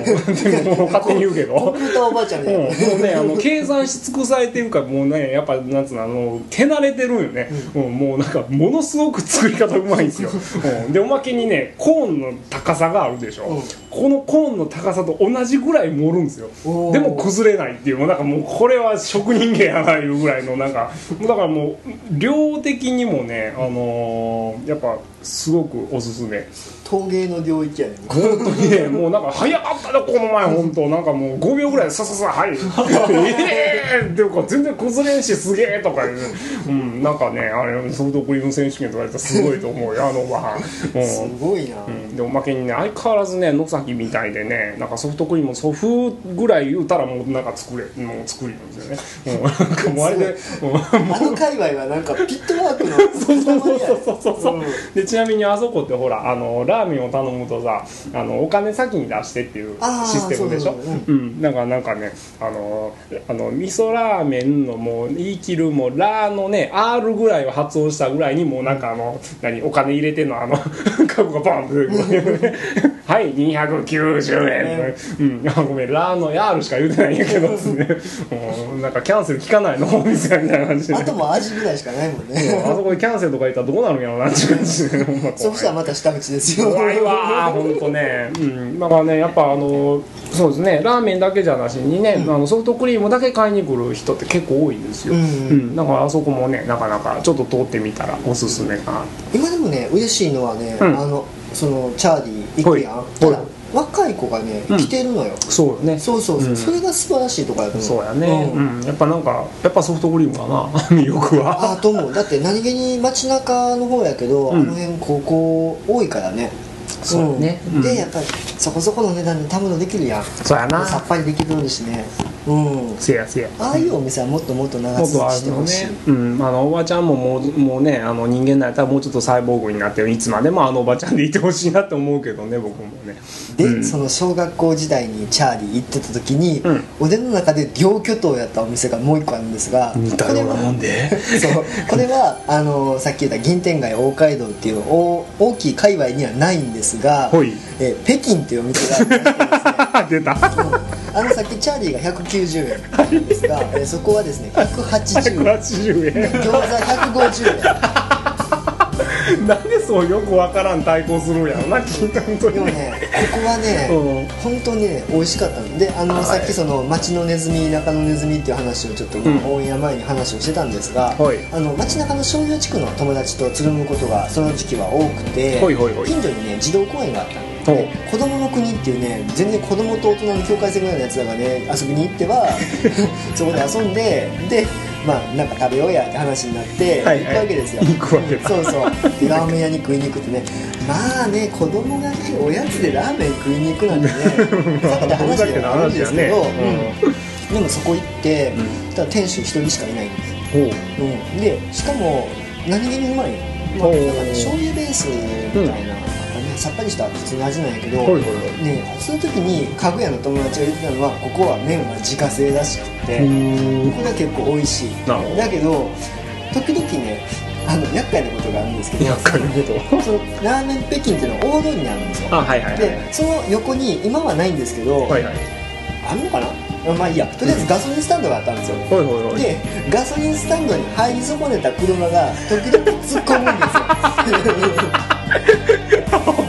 Speaker 1: でも勝手に言うけど
Speaker 2: コンピューターおばあちゃんね、
Speaker 1: うん、もうねあの計算し尽くされてるからもうねやっぱなんつうのあの手慣れてるんよね、うんうん、もうなんかものすごく作り方うまいんですよ、うん、でおまけにねコーンの高さがあるでしょ、うん、このコーンの高さと同じぐらい盛るんですよ。でも崩れないっていうもうなんかもうこれは職人芸やないうぐらいのなんかだからもう量的にもね、あのー、やっぱすごくおすすめ。
Speaker 2: 陶芸の領域やね
Speaker 1: 本当にねもうなんか早かったねこの前本当なんかもうごびょうぐらいさささはいえーでも全然崩れんしすげえとか言う、うん、なんかねあれソフトクリーム選手権とかやったらすごいと思うよあのご飯、うん、
Speaker 2: すごいな、
Speaker 1: うん、でおまけにね相変わらずね野崎みたいでねなんかソフトクリームソフぐらい言うたらもうなんか作れもう作るんですよね、うん、なんかもうあれで
Speaker 2: あの界隈はなんかピットワークの
Speaker 1: そうそうそうそうそうそう、うん、でちなみにあそこってほらあのラーメンを頼むとさあのお金先に出してっていうシステムでしょ。うん、なんかなんかねあのあの味噌ラーメンのもう言い切るもうラーのね R ぐらいを発音したぐらいにもうなんかあの何お金入れてんのあのカゴがバンって出てくるはいにひゃくきゅうじゅうえん、うん、あごめんラーの R しか言うてないんやけどですねもうなんかキャンセル聞かないのお店みたいな感じで、ね、
Speaker 2: あとも味ぐらいしかないもんね
Speaker 1: あそこでキャンセルとか言ったらどうなるんやろうなって感じで
Speaker 2: そうしたらまた下口ですよ
Speaker 1: 怖いわほんとね、うん、だからねやっぱあのそうですねラーメンだけじゃなしにね、うん、あのソフトクリームだけ買いに来る人って結構多いんですよ、うんうん、だからあそこもねなかなかちょっと通ってみたらおすすめかな。
Speaker 2: 今でもね嬉しいのはね、うん、あのそのチャーリー行くやんただ若い子がね、うん、来てるのよ。
Speaker 1: そうね。
Speaker 2: そうそうそう、うん、それが素晴らしいところやと思う。
Speaker 1: そうやね、うんうん、やっぱなんかやっぱソフトクリームかな魅力は。
Speaker 2: あと思う。だって何気に街中の方やけど、うん、あの辺高校多いからね。
Speaker 1: そうね、
Speaker 2: うん、でやっぱりそこそこの値段でたむのできるやん。
Speaker 1: そうやな。
Speaker 2: さっぱりできるしね。うん、
Speaker 1: せやせや
Speaker 2: ああいうお店はもっともっと長続きしてほしい、
Speaker 1: ねうん、あのおばちゃんももう、もうねあの人間になったらもうちょっとサイボーグになっていつまでもあのおばちゃんでいてほしいなって思うけどね僕もね。
Speaker 2: で、
Speaker 1: うん、
Speaker 2: その小学校時代にチャーリー行ってた時に、うん、俺の中で両巨頭やったお店がもう一個あるんですが、
Speaker 1: 似たようなもんで
Speaker 2: そうこれはあのさっき言った銀天街大街道っていう大, 大きい界隈にはないんですが、え北京っていうお店があってですね出た、うんあのさっきチャーリーがひゃくきゅうじゅうえんなんですが、えー、そこはですねひゃくはちじゅうえん、ひゃくはちじゅうえん餃子ひゃくごじゅうえん
Speaker 1: なんでそうよくわからん対抗するんやろな聞いたことに。
Speaker 2: でもねここはね、うん、本当にね美味しかったのであの、はい、さっきその町のネズミ田舎のネズミっていう話をちょっと、まあ、オンエア前に話をしてたんですが、うん、あの町中の商業地区の友達とつるむことがその時期は多くて、はいはいはい、近所にね児童公園があったの。子供の国っていうね全然子供と大人の境界線ぐらいのやつらがね遊びに行ってはそこで遊んででまあなんか食べようやって話になって、はいはい、行くわけですよ。
Speaker 1: 行くわけだ。
Speaker 2: そうそうでラーメン屋に食いに行くってねまあね子供がねおやつでラーメン食いに行くなんてねさっきの話ではあるんですけど、ねうん、でもそこ行って、うん、ただ店主一人しかいないんです、うん、でしかも何気にうまい、まあ、なんかね醤油ベースみたいな、うんさっぱりした普通の味なんやけど、はいはいはいね、その時に家具屋の友達が言ってたのはここは麺は自家製らしくてこれは結構美味しいだけど時々ねあの厄介なことがあるんですけど
Speaker 1: 厄介なこと
Speaker 2: そのラーメン北京っていうのは大通りにあるんですよ。
Speaker 1: あ、はいはいはい、
Speaker 2: でその横に今はないんですけど、はいはい、あるのかなまあいいやとりあえずガソリンスタンドがあったんですよ、はいはいはい、でガソリンスタンドに入り損ねた車が時々突っ込むんですよ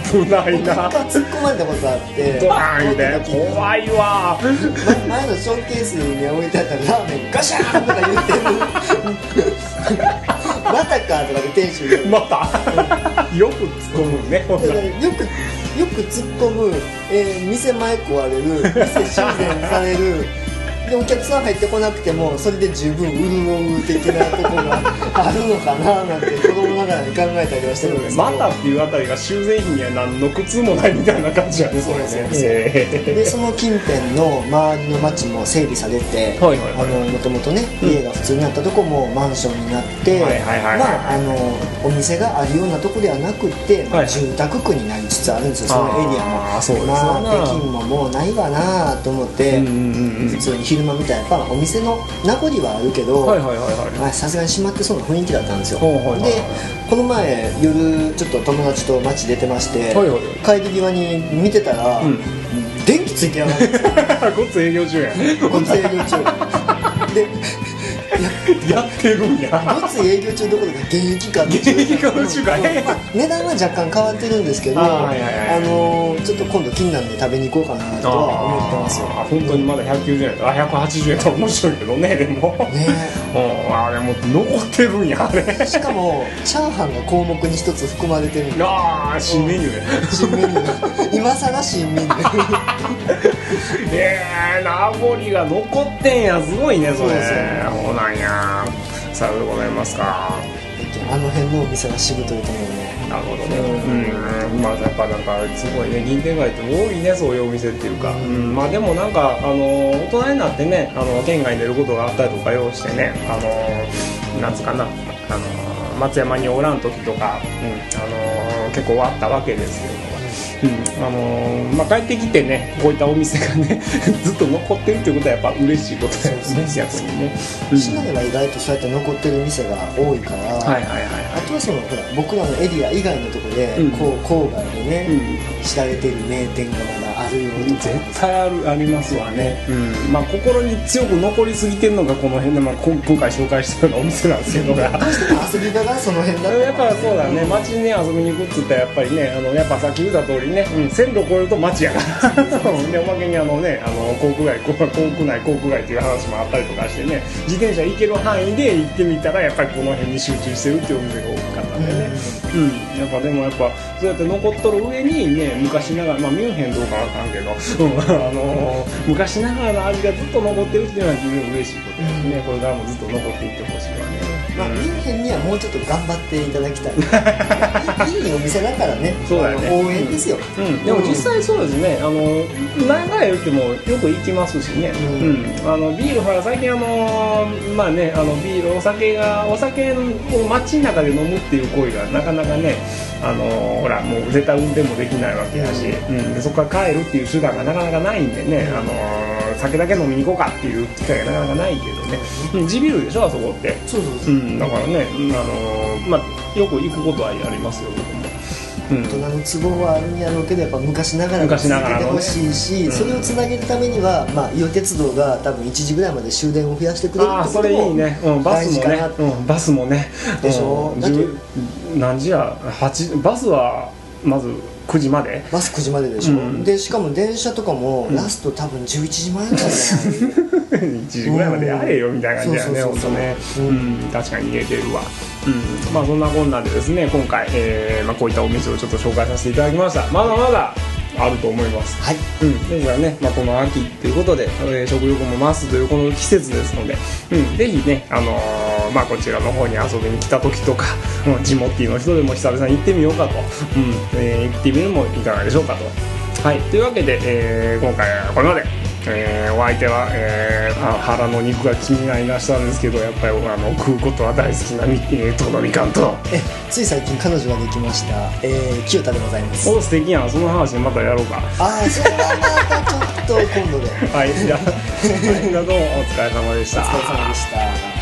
Speaker 1: 危ないな。
Speaker 2: 突っ込まれたことあって
Speaker 1: ドランで怖いわ、
Speaker 2: ま、前のショーケースに置いてあったラーメンガシャーンとか言ってるまたかとかで店主
Speaker 1: またよく突っ込むね。
Speaker 2: だからよくよく突っ込む、えー、店前壊れる、店修繕されるでお客さん入ってこなくてもそれで十分潤う的なところがあるのかななんて子供ながらに考えたりはしてるんですけど、
Speaker 1: またっていうあたりが修繕費には何の苦痛もないみたいな感じやね。それね。
Speaker 2: でその近辺の周りの町も整備されて、もともとね家が普通にあったとこもマンションになって、まああのお店があるようなとこではなくって、まあ、住宅区になりつつあるんですよ、そのエリアも。あそうですよね。まあ北京ももうないわなと思って、うんうんうん、普通に昼間見たらやっぱお店の名残はあるけどさすがに閉まってそうな雰囲気だったんですよ。でこの前夜ちょっと友達と街出てまして、はいはい、帰り際に見てたら、うん、電気ついてやがるんですよ
Speaker 1: ごっつ営業中や
Speaker 2: ごっつ営業中で
Speaker 1: や, やってるんや。
Speaker 2: ごっつ営業中どころか現役化
Speaker 1: 現役化の中か、
Speaker 2: まあ、値段は若干変わってるんですけど、あ、はいはいはい、あのー、ちょっと今度気になるんで食べに行こうかなとは思ってますよ。
Speaker 1: あ本当にまだひゃくきゅうじゅうえんあひゃくはちじゅうえんと面白いけどね。でもねうんあれも残ってるんやあれ。
Speaker 2: しかもチャーハンが項目に一つ含まれてるんで、
Speaker 1: ああ新メニューや
Speaker 2: 新メニュー今更新メニュー
Speaker 1: えー、名残が残ってんや。すごいねそれ。そうですよね。そうなんや。さようでございますか。
Speaker 2: あの辺のお店はしぶといと思うね。
Speaker 1: なるほどね。うん、うん、まあやっぱなんかすごいね銀天街って多いねそういうお店っていうか、うん、まあでもなんかあの大人になってねあの県外に出ることがあったりとかようしてねあのなんつうかなあの松山におらん時とか、うん、あの結構あったわけですけども。うんあのーまあ、帰ってきてねこういったお店がねずっと残ってるっていうことはやっぱ嬉しいことですね。逆にね、
Speaker 2: うん、市内は意外とそうやって残ってる店が多いから、はいはいはいはい、あとはそのほら僕らのエリア以外のところで、うん、こう郊外でね、うん、知られてる名店がまだあるような
Speaker 1: 絶対あるありますわね、うんまあ、心に強く残りすぎてるのがこの辺で、まあ、今回紹介したようなお店なんですけどが
Speaker 2: 遊び場がその辺だった
Speaker 1: やっぱそうだね街に、ね、遊びに行くっつったらやっぱりねあのやっぱさっき言った通りね、うん、線路越えると街やからでおまけにあのねあの航空街航空内航空街っていう話もあったりとかしてね自転車行ける範囲で行ってみたらやっぱりこの辺に集中してるっていうお店が多かったんでね、うん、うん、やっぱでもやっぱそうやって残っとる上にね昔ながらまあミュンヘンどうかわかんけど、うん、あのー、昔ながらの味がずっと残ってるっていうのは非常に嬉しいことですね、うん、これからもずっと残っていってほしいわね。
Speaker 2: まあ、ミュンヘンにはもうちょっと頑張っていただきたいいいお店だからね
Speaker 1: そうだよね
Speaker 2: 応援ですよ、
Speaker 1: うん、でも実際そうですねあの何回言ってもよく行きますしね、うんうん、あのビールほら最近あのまあねあのビールお酒がお酒を街の中で飲むっていう行為がなかなかねあのほらもう絶対運転もできないわけやし、うんうん、でそこから帰るっていう手段がなかなかないんでね、あの酒だけ飲みに行こうかっていう機会がなかなかないけどね、うん、地ビールでしょあそこって
Speaker 2: そうそうそう、うん、
Speaker 1: だからね、あのまあ、よく行くことはありますよ僕も。
Speaker 2: 大人の都合はあるんやろうけどやっぱ昔ながら続けてほしいし、ねうん、それをつなげるためには、まあ、伊予鉄道が多分いちじぐらいまで終電を増やしてくれるってことも大事かな。
Speaker 1: あそれいいね、うん、バスもね、うん、バスもね
Speaker 2: でしょ、うん、だって
Speaker 1: 何時やはちバスはまずくじまで
Speaker 2: バスくじまででしょ、うん、でしかも電車とかもラスト多分じゅういちじまえぐらいじゃないいちじぐらいまでやれよみたいな感じだよね、本当ね、うん、確かに言えてるわ、うん、まあそんなこんなでですね今回、えーまあ、こういったお店をちょっと紹介させていただきました。まだまだあると思います。はい。
Speaker 1: うん。ですからね、まあ、この秋ということで、えー、食欲も増すというこの季節ですので、うん、ぜひね、あのー、まあ、こちらの方に遊びに来た時とか、うん、ジモティーの人でも久々に行ってみようかと、うん、えー、行ってみるのもいかがでしょうかと。はい。というわけで、えー、今回はこれまで。えー、お相手は、えー、腹の肉が気になりだしたんですけどやっぱりあの食うことは大好きな遠野みかんと
Speaker 2: えつい最近彼女ができました、えー、清田でございます。
Speaker 1: お素敵やんその話またやろうか。
Speaker 2: ああそれはまたちょっと今度で
Speaker 1: はいじゃあ、はい、どうもお疲れ様でした。
Speaker 2: お疲れ様でした。